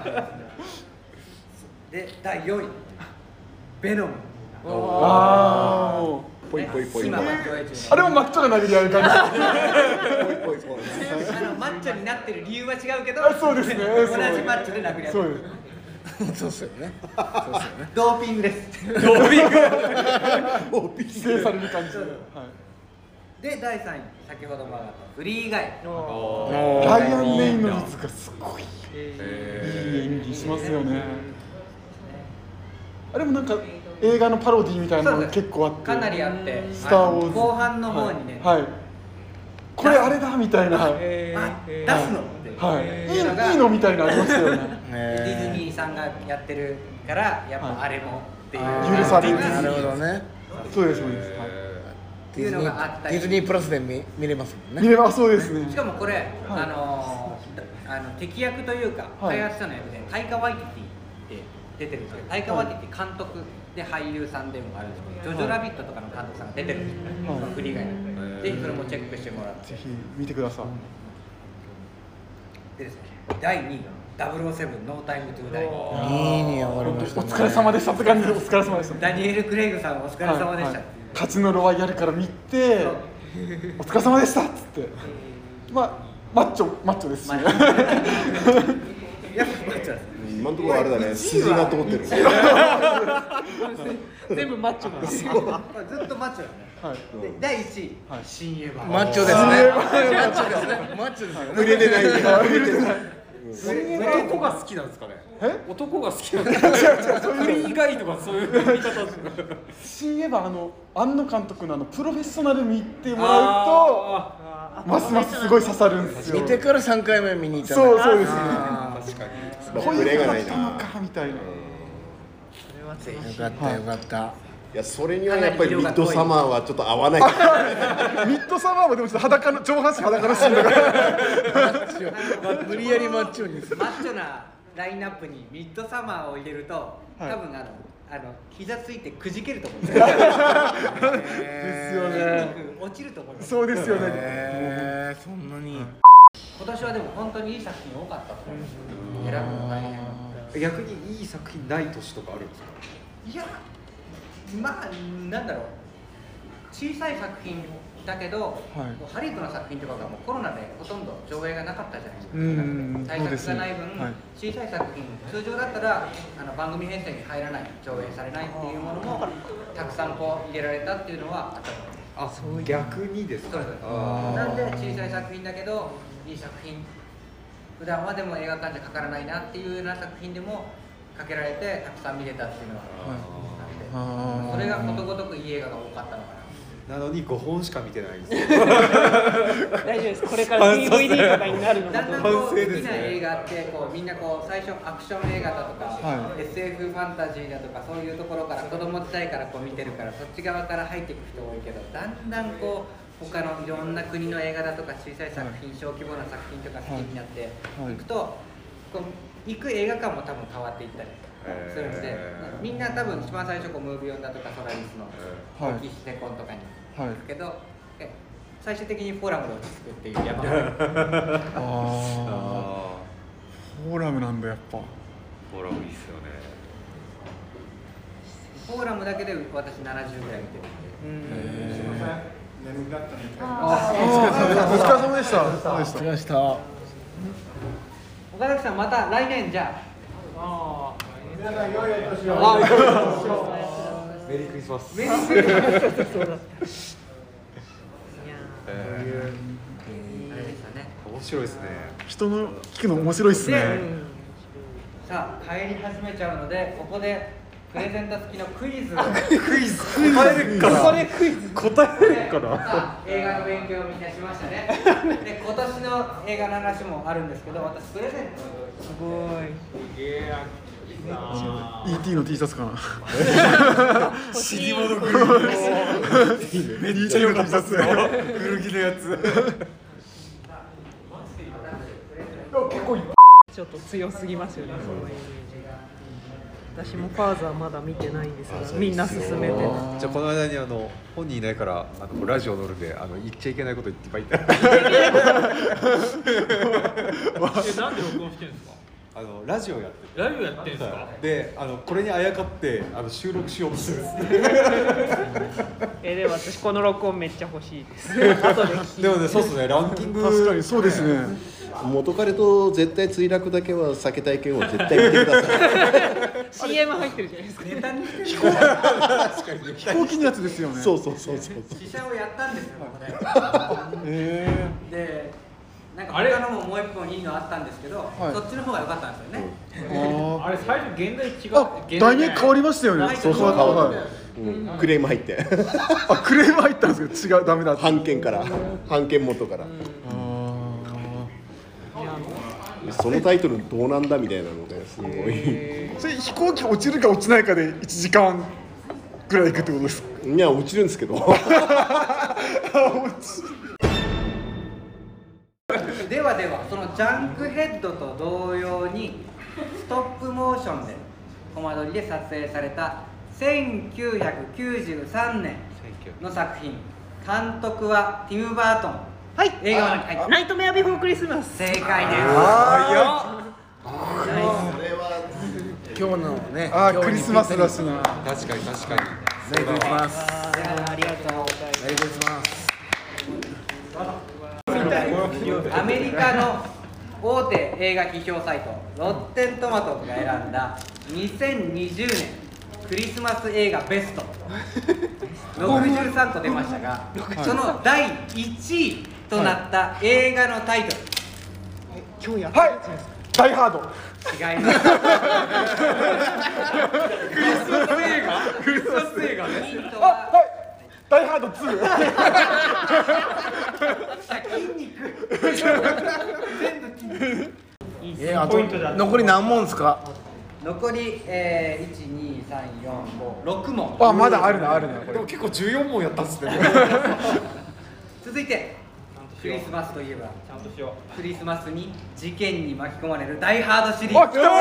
でだいよんいベノム。 ああ。 ぽいぽいぽい。 今は上映中。 あれもマッチョが殴り合う感じ。 あのマッチョになってる理由は違うけど、 そうですね。 同じマッチョで殴り合う。 そうです。 そうっすよね。そうっすよね。 ドーピングです。 ドーピング。 規制される感じで。 でだいさんい先ほども上がったフリーガイ。 ライアン・レイノルズがすごいいい演技しますよね。あれもなんか映画のパロディみたいなのが結構あって、 かなりあって、 スター・ウォーズ後半の方にね、 はい、これあれだみたいな、 あ、出すのってはい、いいのいいのみたいなのありますよね。 ディズニーさんがやってるからやっぱあれもっていう許される。 なるほどね。 そうですそうです。 っていうのがあったり、 ディズニープラスで見見れますもんね。 見ればそうですね。 しかもこれあのあの敵役というか開発者の役でタイカ・ワイティティって出てるんですけど、タイカ・ワイティティ監督で俳優さんでもあるんですけど、ジョジョラビットとかの監督さんが出てるんですよね。フリーガイの。ぜひそれもチェックしてもらって。 ぜひ見てください。 でですね、だいにいダブルオーセブンノータイムトゥーダイ。 いいに上がりましたね。 お疲れ様でしたって感じでお疲れ様でした。 ダニエル・クレイグさんお疲れ様でした。 カジノロワイヤルから見てお疲れ様でしたっつって、まあマッチョマッチョですしね。 今のところあれだね、筋が通ってる。 全部マッチョなんですよ。 ずっとマッチョだね。でだいいちい新エヴァ。 マッチョですね。マッチョですね。マッチョですね。 売れてない。売れてない。 男が好きなんですかね。男が好きなんですか。フリーガイとかそういう見方。 新エヴァあの庵野監督のあのプロフェッショナル見てもらうとますますすごい刺さるんですよ。 見てからさんかいめ見に行った。 そうそうですね。 確かに。 こういうのだったのかみたいな。 よかったよかった。 いやそれにはやっぱりミッドサマーはちょっと合わない。 ミッドサマーはでもちょっと裸の上半身裸のシーンだから。 無理やりマッチョにする。 マッチョなラインナップにミッドサマーを入れると、多分あのあの膝ついてくじけると思うんですよ。ですよね。 落ちると思います。 そうですよね。 へえ、そんなに。 今年はでも本当にいい作品多かったと思うんですよ。選ぶの大変。 逆にいい作品ない年とかあるんですか。 いや、まあなんだろう。小さい作品だけど、はい、ハリウッドの作品とかがもうコロナでほとんど上映がなかったじゃないですか。対策がない分、はい、小さい作品、通常だったらあの番組編成に入らない、上映されないっていうものもたくさんこう入れられたっていうのはあったと思います。 あ、そう逆にですか。 なんで小さい作品だけどいい作品、普段はでも映画館じゃかからないなっていうような作品でもかけられてたくさん見れたっていうのはあって、それがことごとくいい映画が多かったのかな。 なのにごほんしか見てないんですよ。 大丈夫です。これから ディーブイディー とかになるのかと。 だんだんこう好きな映画ってこうみんなこう最初アクション映画だとか、はい、エスエフ ファンタジーだとかそういうところから子供時代からこう見てるからそっち側から入っていく人多いけど、だんだんこう他のいろんな国の映画だとか小さい作品、はい、小規模な作品とか好きになっていくと、こう行く映画館も多分変わっていったりするので、みんな多分一番最初こうムービーオンだとかソラリスの大きいシテコンとかに行くけど、はい、最終的にフォーラムで落ち着くっていう山がああフォーラムなんだやっぱ。 フォーラムいいっすよね。 フォーラムだけで私ななじゅうぐらい見てるんで。すみません、眠くなったのに。 ああ、お疲れ様でした。お疲れ様でした。お疲れ様でした。 岡崎さんまた来年じゃあ。ああ。皆さん良いお年を。ああ、 メリークリスマス。 メリークリスマス。そうだった。 えー、 あれでしたね。 面白いですね。 人の聞くの面白いですね。 さあ帰り始めちゃうのでここでプレゼント付きのクイズをクイズ答えるから。 ここでクイズ答えるから。 さあ映画の勉強をみんなしましたね。で今年の映画の話もあるんですけど、私プレゼントすごい。 すげえ。 イーティー の T シャツかな。 死に物古着のめっちゃ良かったっすよ。古着のやつ。 結構ちょっと強すぎますよね。そのイメージが。 私もファーザーまだ見てないんですが、みんな勧めてる。 じゃあこの間にあの本人いないからあのラジオ乗るんであの言っちゃいけないこと言ってばいいんだ。 なんで録音してるんですか？ あのラジオやってる。 ラジオやってるんですか？ で、あのこれにあやかってあの収録しようとしてる。 えでも私この録音めっちゃ欲しいです。後で聞いて。 でもね、そうですね、ランキング確かにそうですね。 元彼と絶対墜落だけは避けたい件を絶対見てください。 シーエム 入ってるじゃないですか。 ネタにしてる飛行機飛行機のやつですよね。 そうそうそうそう。 試写をやったんですよここで。 えで、なんか他のももう一本いいのあったんですけど、 はいそっちの方が良かったんですよね。 ー、 あれ最初現代違う。 あ、題名変わりましたよね。 そうそうはいうん、クレーム入ってあ、クレーム入ったんですけど違うダメだ。 判件から判件元から、そのタイトルどうなんだみたいなのですごい。 それ飛行機落ちるか落ちないかでいちじかんぐらい行くってことですか？ いや落ちるんですけど。 ではでは、そのジャンクヘッドと同様にストップモーションでコマ撮りで撮影されたせんきゅうひゃくきゅうじゅうさんねんの作品、監督はティム・バートン。 はい。 映画は何？はい、 ナイトメアビフォークリスマス。 正解です。 あ今日のね、 あー、クリスマスだしな。 確かに確かに。 メリークリスマス。 ありがとうございます。 メリークリスマス。 アメリカの大手映画批評サイトロッテントマトが選んだにせんにじゅうねんクリスマス映画ベストろくじゅうさんこ出ましたが、そのだいいちいとなった映画のタイトル、 今日やったはいやつですか？ ダイハード。 違います。 クリスマス映画？クリスマス映画ね。 ヒントあ、 ははい。ダイハードツー。 筋肉全部筋肉。 えー、あと残り何問ですか？ 残り、えー、いち、に、さん、よん、ご、ろく問。 あ、まだあるなあるなこれ。 でも結構じゅうよん問やったんですね。 続いてクリスマスといえばちゃんとしよクリスマスに事件に巻き込まれるダイハードシリーあ、 ズ。 来た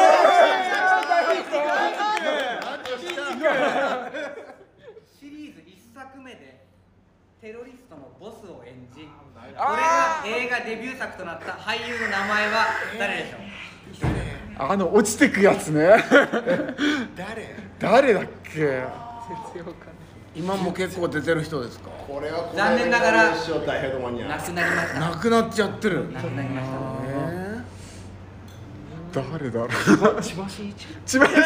シリーズいっさくめでテロリストのボスを演じ、これが映画デビュー作となった俳優の名前は誰でしょう？ あの落ちてくやつね。誰？誰だっけ？ 今も結構出てる人ですか？ これは残念ながら大ヘッドマニア亡くなりました。 なくなっちゃってる。 亡くなりました。 え誰だろう。 千葉真一。 千葉真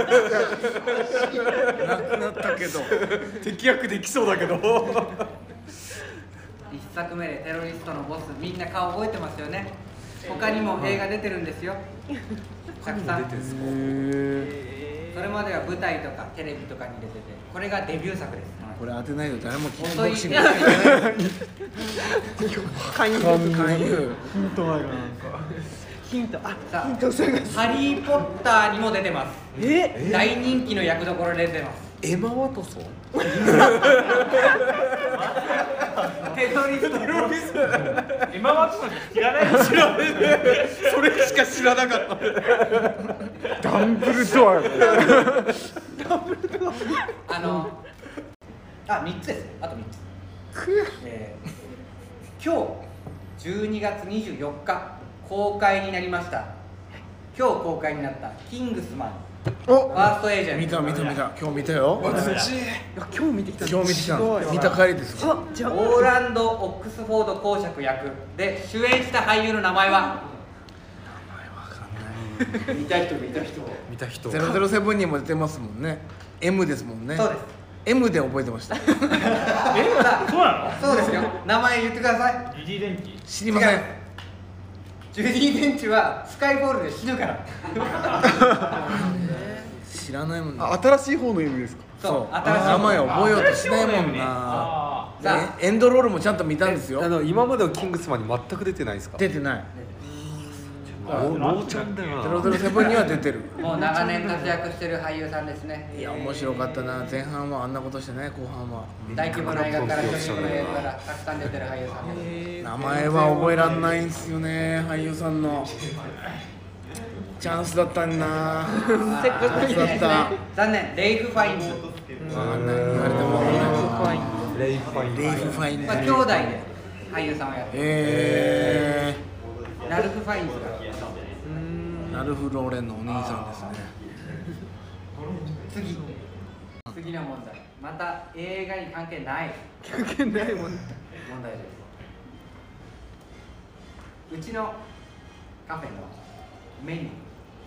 ー、なくなったけど敵役できそうだけど。 いっさくめでテロリストのボス、みんな顔覚えてますよね。他にも映画出てるんですよ。たくさん。それまでは舞台とかテレビとかに出てて、これがデビュー作です。 これ当てないと誰もキック遅いボクシング勧誘。 勧誘ヒントないかなんか。 ヒント。あ、 さあヒント探す。 ハリー・ポッターにも出てます。 え？ 大人気の役どころで出てます。 エマ・ワトソン。 テロリスト。 今は知らない知らない。 それしか知らなかった。 ダンブルドア。 あの、あ、みっつです。あとみっつ。えー、今日じゅうにがつにじゅうよっか公開になりました。今日公開になったキングスマンファーストエージェント。 見た見た見た今日見たよ。 今日見てきた。 今日見てきたの見た帰りですよ。 あ、じゃあオーランド・オックスフォード公爵役で主演した俳優の名前は？見た人見た人見た人。 ゼロゼロセブンにも出てますもんね。 M ですもんね。 そうです。 M で覚えてました。 え、そうなの？ そうですよ。名前言ってください。 ジジイ電気。 知りません。 ジュディ・デンチはスカイボールで死ぬから。 知らないもんね。 あ、新しい方の意味ですか？ そう新しい名前覚えようとしないもんな。 あさえエンドロールもちゃんと見たんですよ。 あの今までのキングスマンに全く出てないですか？ 出てない。 ノーちゃんだよな。 ゼロゼロセブンには出てる。 あ、もう長年活躍してる俳優さんですね。 いや面白かったな。前半はあんなことしてない。後半は大規模な映画から小規模な映画からたくさん出てる俳優さんです。 名前は覚えらんないんすよね。俳優さんのチャンスだったんな。 せっかくチャンスだった。 残念、レイフ・ファインズ。 わかんない。言われてもわかんない。 レイフ・ファインズ。 レイフ・ファインズ。 まあ兄弟で俳優さんをやってる。 えー、ラルフ・ファインズが。 ラルフ・ローレンのお兄さんですね。 次。次の問題。また映画に関係ない。 関係ないもん。 問題です。うちのカフェのメニュー。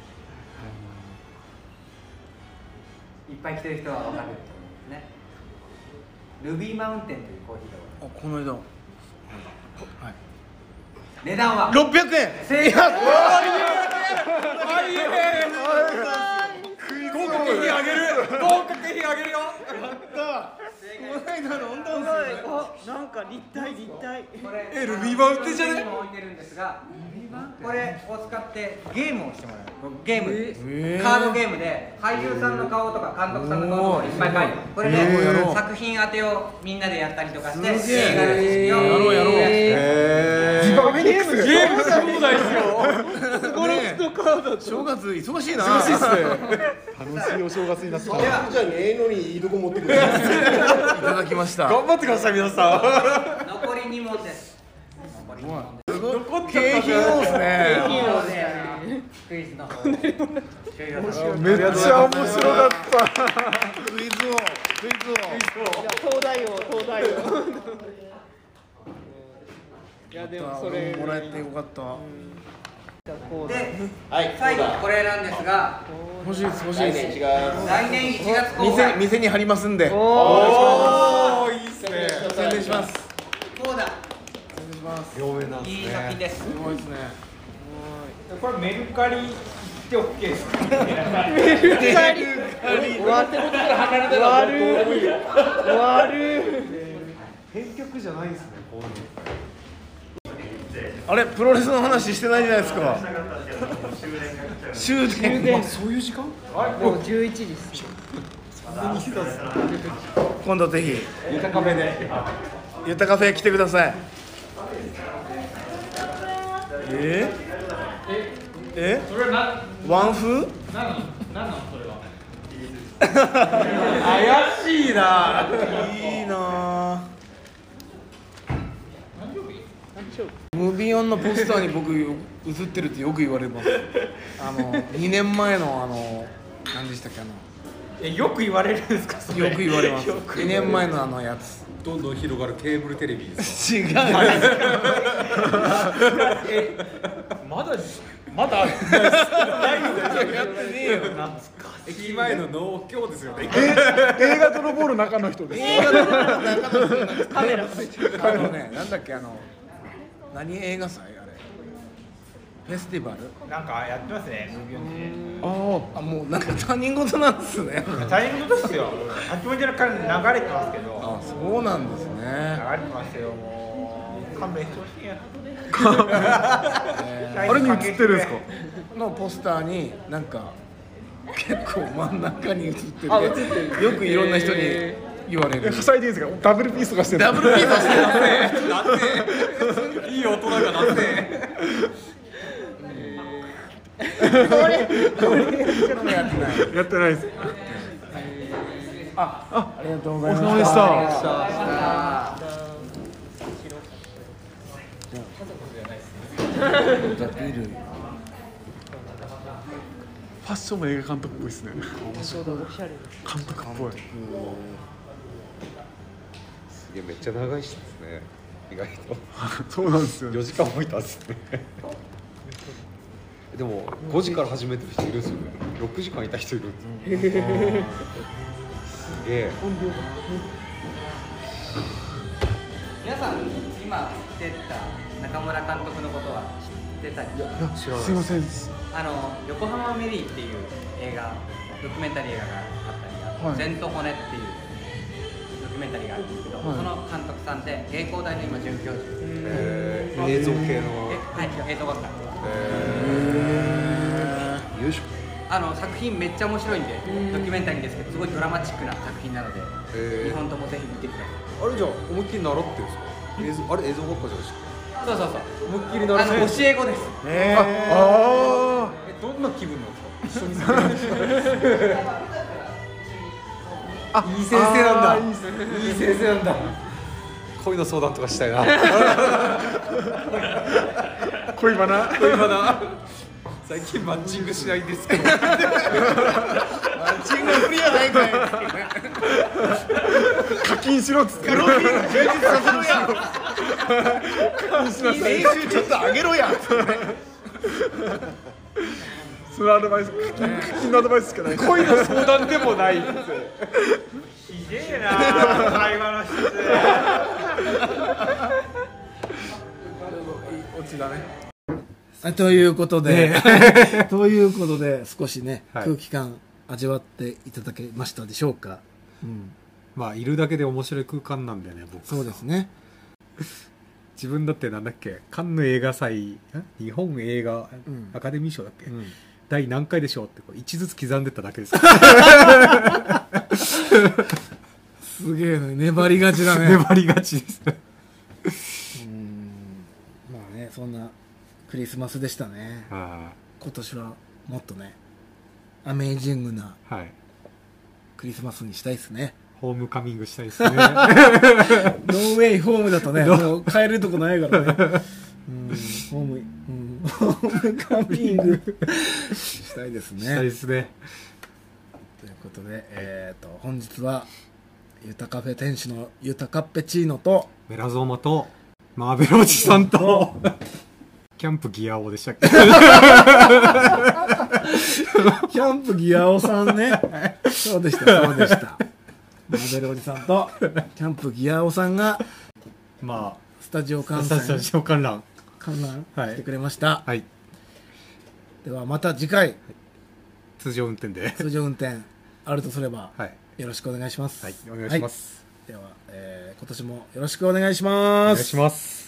いっぱい来てる人は分かると思うんですね。ルビーマウンテンというコーヒーがあ、この間。はい。 値段はろっぴゃくえん。 正解。 豪華景品あげる。豪華景品あげるよ。 やった。この間の温度なんか立体立体。 え、ルビーマウンテンじゃね？ 置いてるんですが、これを使ってゲームをしてもらう。ゲームです。カードゲームで俳優さんの顔とか監督さんの顔とかいっぱい書いて、これで作品当てをみんなでやったりとかして映画の知識をやろうやろう。 ゲームゲームゲームそうだよ。 正月忙しいな。 忙しいっすね。楽しいお正月になってた。 じゃあねえのにいいとこ持ってくる。 いただきました。 頑張ってください皆さん。残りに問です。残りに問です。 景品王ですね。 景品王でクイズの方。 めっちゃ面白かった。クイズ王、クイズ王。東大王、東大王。いやでもそれもらえてよかった。 で、最後これなんですが、 欲しいです欲しいです。 来年いちがつ公開。 店店に貼りますんで。 おお、いいっすね。 宣伝します。 そうだ。 宣伝します。 両面なんですね。 いい作品です。 すごいですね。 これメルカリ行って オーケー ですか？ メルカリ。 割る離れたら割る。割る。 編曲じゃないですね。こういう。 あれプロレスの話してないじゃないですか。終電。 そういう時間？ もうじゅういちじです。 今度ぜひゆたカフェで。 ゆたカフェ来てください。えー、えそれはワン風？ 何何なのそれは？ 怪しいな。 いいな。ムービーオンのポスターに僕映ってるってよく言われます。あのにねんまえのあの何でしたっけあの。 え、よく言われるんですかそれ？ よく言われます。にねんまえのあのやつ。 どんどん広がるケーブルテレビですか？ 違う。 え、まだまだやってねえよ。駅前の農協ですよね。 映画泥棒の中の人です。 映画泥棒の中の人。カメラ。あのね、なんだっけあの何映画祭あれ。フェスティバル。 なんかやってますね。 ああ、もうなんか他人事なんですね。 他人事ですよ。八文字のから流れてますけど。 あ、そうなんですね。 流れてますよ。もう勘弁してほしいや。 あれに映ってるんですか？ のポスターになんか結構真ん中に映ってて、よくいろんな人に言われる。 はしゃいでいいですか？ダブルピースとかしてる。 ダブルピースしてるね。 なんでいい大人がなんで。 これこれちょっとやってない。 やってないです。 あ、あ、ありがとうございました。 お疲れ様でした。 じゃあビール。 ファッションも映画監督っぽいですね。 そうだ、おしゃれ。 監督っぽい。 すげえめっちゃ長いしですね。意外と。 そうなんですよ。 よじかんもいたんですね。でもごじから始めてる人いるんですよね。ろくじかんいた人いるんですよ。すげえ。 皆さん今言ってた中村監督のことは知ってたり？ いや、すいません。 あの横浜メリーっていう映画、ドキュメンタリー映画があったり、はい、前途骨っていうドキュメンタリーがあるんですけど、はい、その監督さんで芸工大の今准教授。 えー、映像系の。 はい、映像学科。 えー、よいしょ。 あの作品めっちゃ面白いんで、ドキュメンタリーですけどすごいドラマチックな作品なので、にほんともぜひ見てください。 あれじゃあ思いっきり習ってるんですか？映像あれ映像学科じゃないですか？ そうそうそう。 思いっきり習ってあの教え子です。 えー、ああ。 あえどんな気分なんですか一緒に酒飲むあいい先生なんだあーいいっすねいい先生なんだ恋の相談とかしたいな恋バナ恋バナ最近マッチングしないんですけどマッチングフリやないかい課金しろっつってプロフィール充実させろや年収ちょっと上げろやそのアドバイス課金課金のアドバイスしかない恋の相談でもないってひでえな会話の質オチだねはい、ということで、ということで少しね、はい、空気感味わっていただけましたでしょうか。 うん、まあいるだけで面白い空間なんだよね僕。 そうですね。 自分だってなんだっけカンヌ映画祭日本映画アカデミー賞だっけ、うん、第何回でしょうってこういちずつ刻んでっただけですすげえね粘りがちだね粘りがちですうんまあねそんなクリスマスでしたね。今年はもっとねアメージングなクリスマスにしたいですね。 ホームカミングしたいですねノーウェイホームだとねもう帰るとこないからねうんホーム、うん、ホームカミングしたいですね。 したいですね。 ということで、えー、と本日はゆたカフェ店主のゆたカッペチーノとメラゾーマとマーベルおじさんとキャンプギアオでしたっけキャンプギアオさんねそうでしたそうでしたマーベルおじさんとキャンプギアオさんがまあスタジオ観戦スタジオ観覧観覧してくれました、 はい、 ではまた次回、はい、 通常運転で通常運転あるとすれば、 はい、 よろしくお願いします。 はい、お願いします、 はい、では、えー、今年もよろしくお願いします。 お願いします。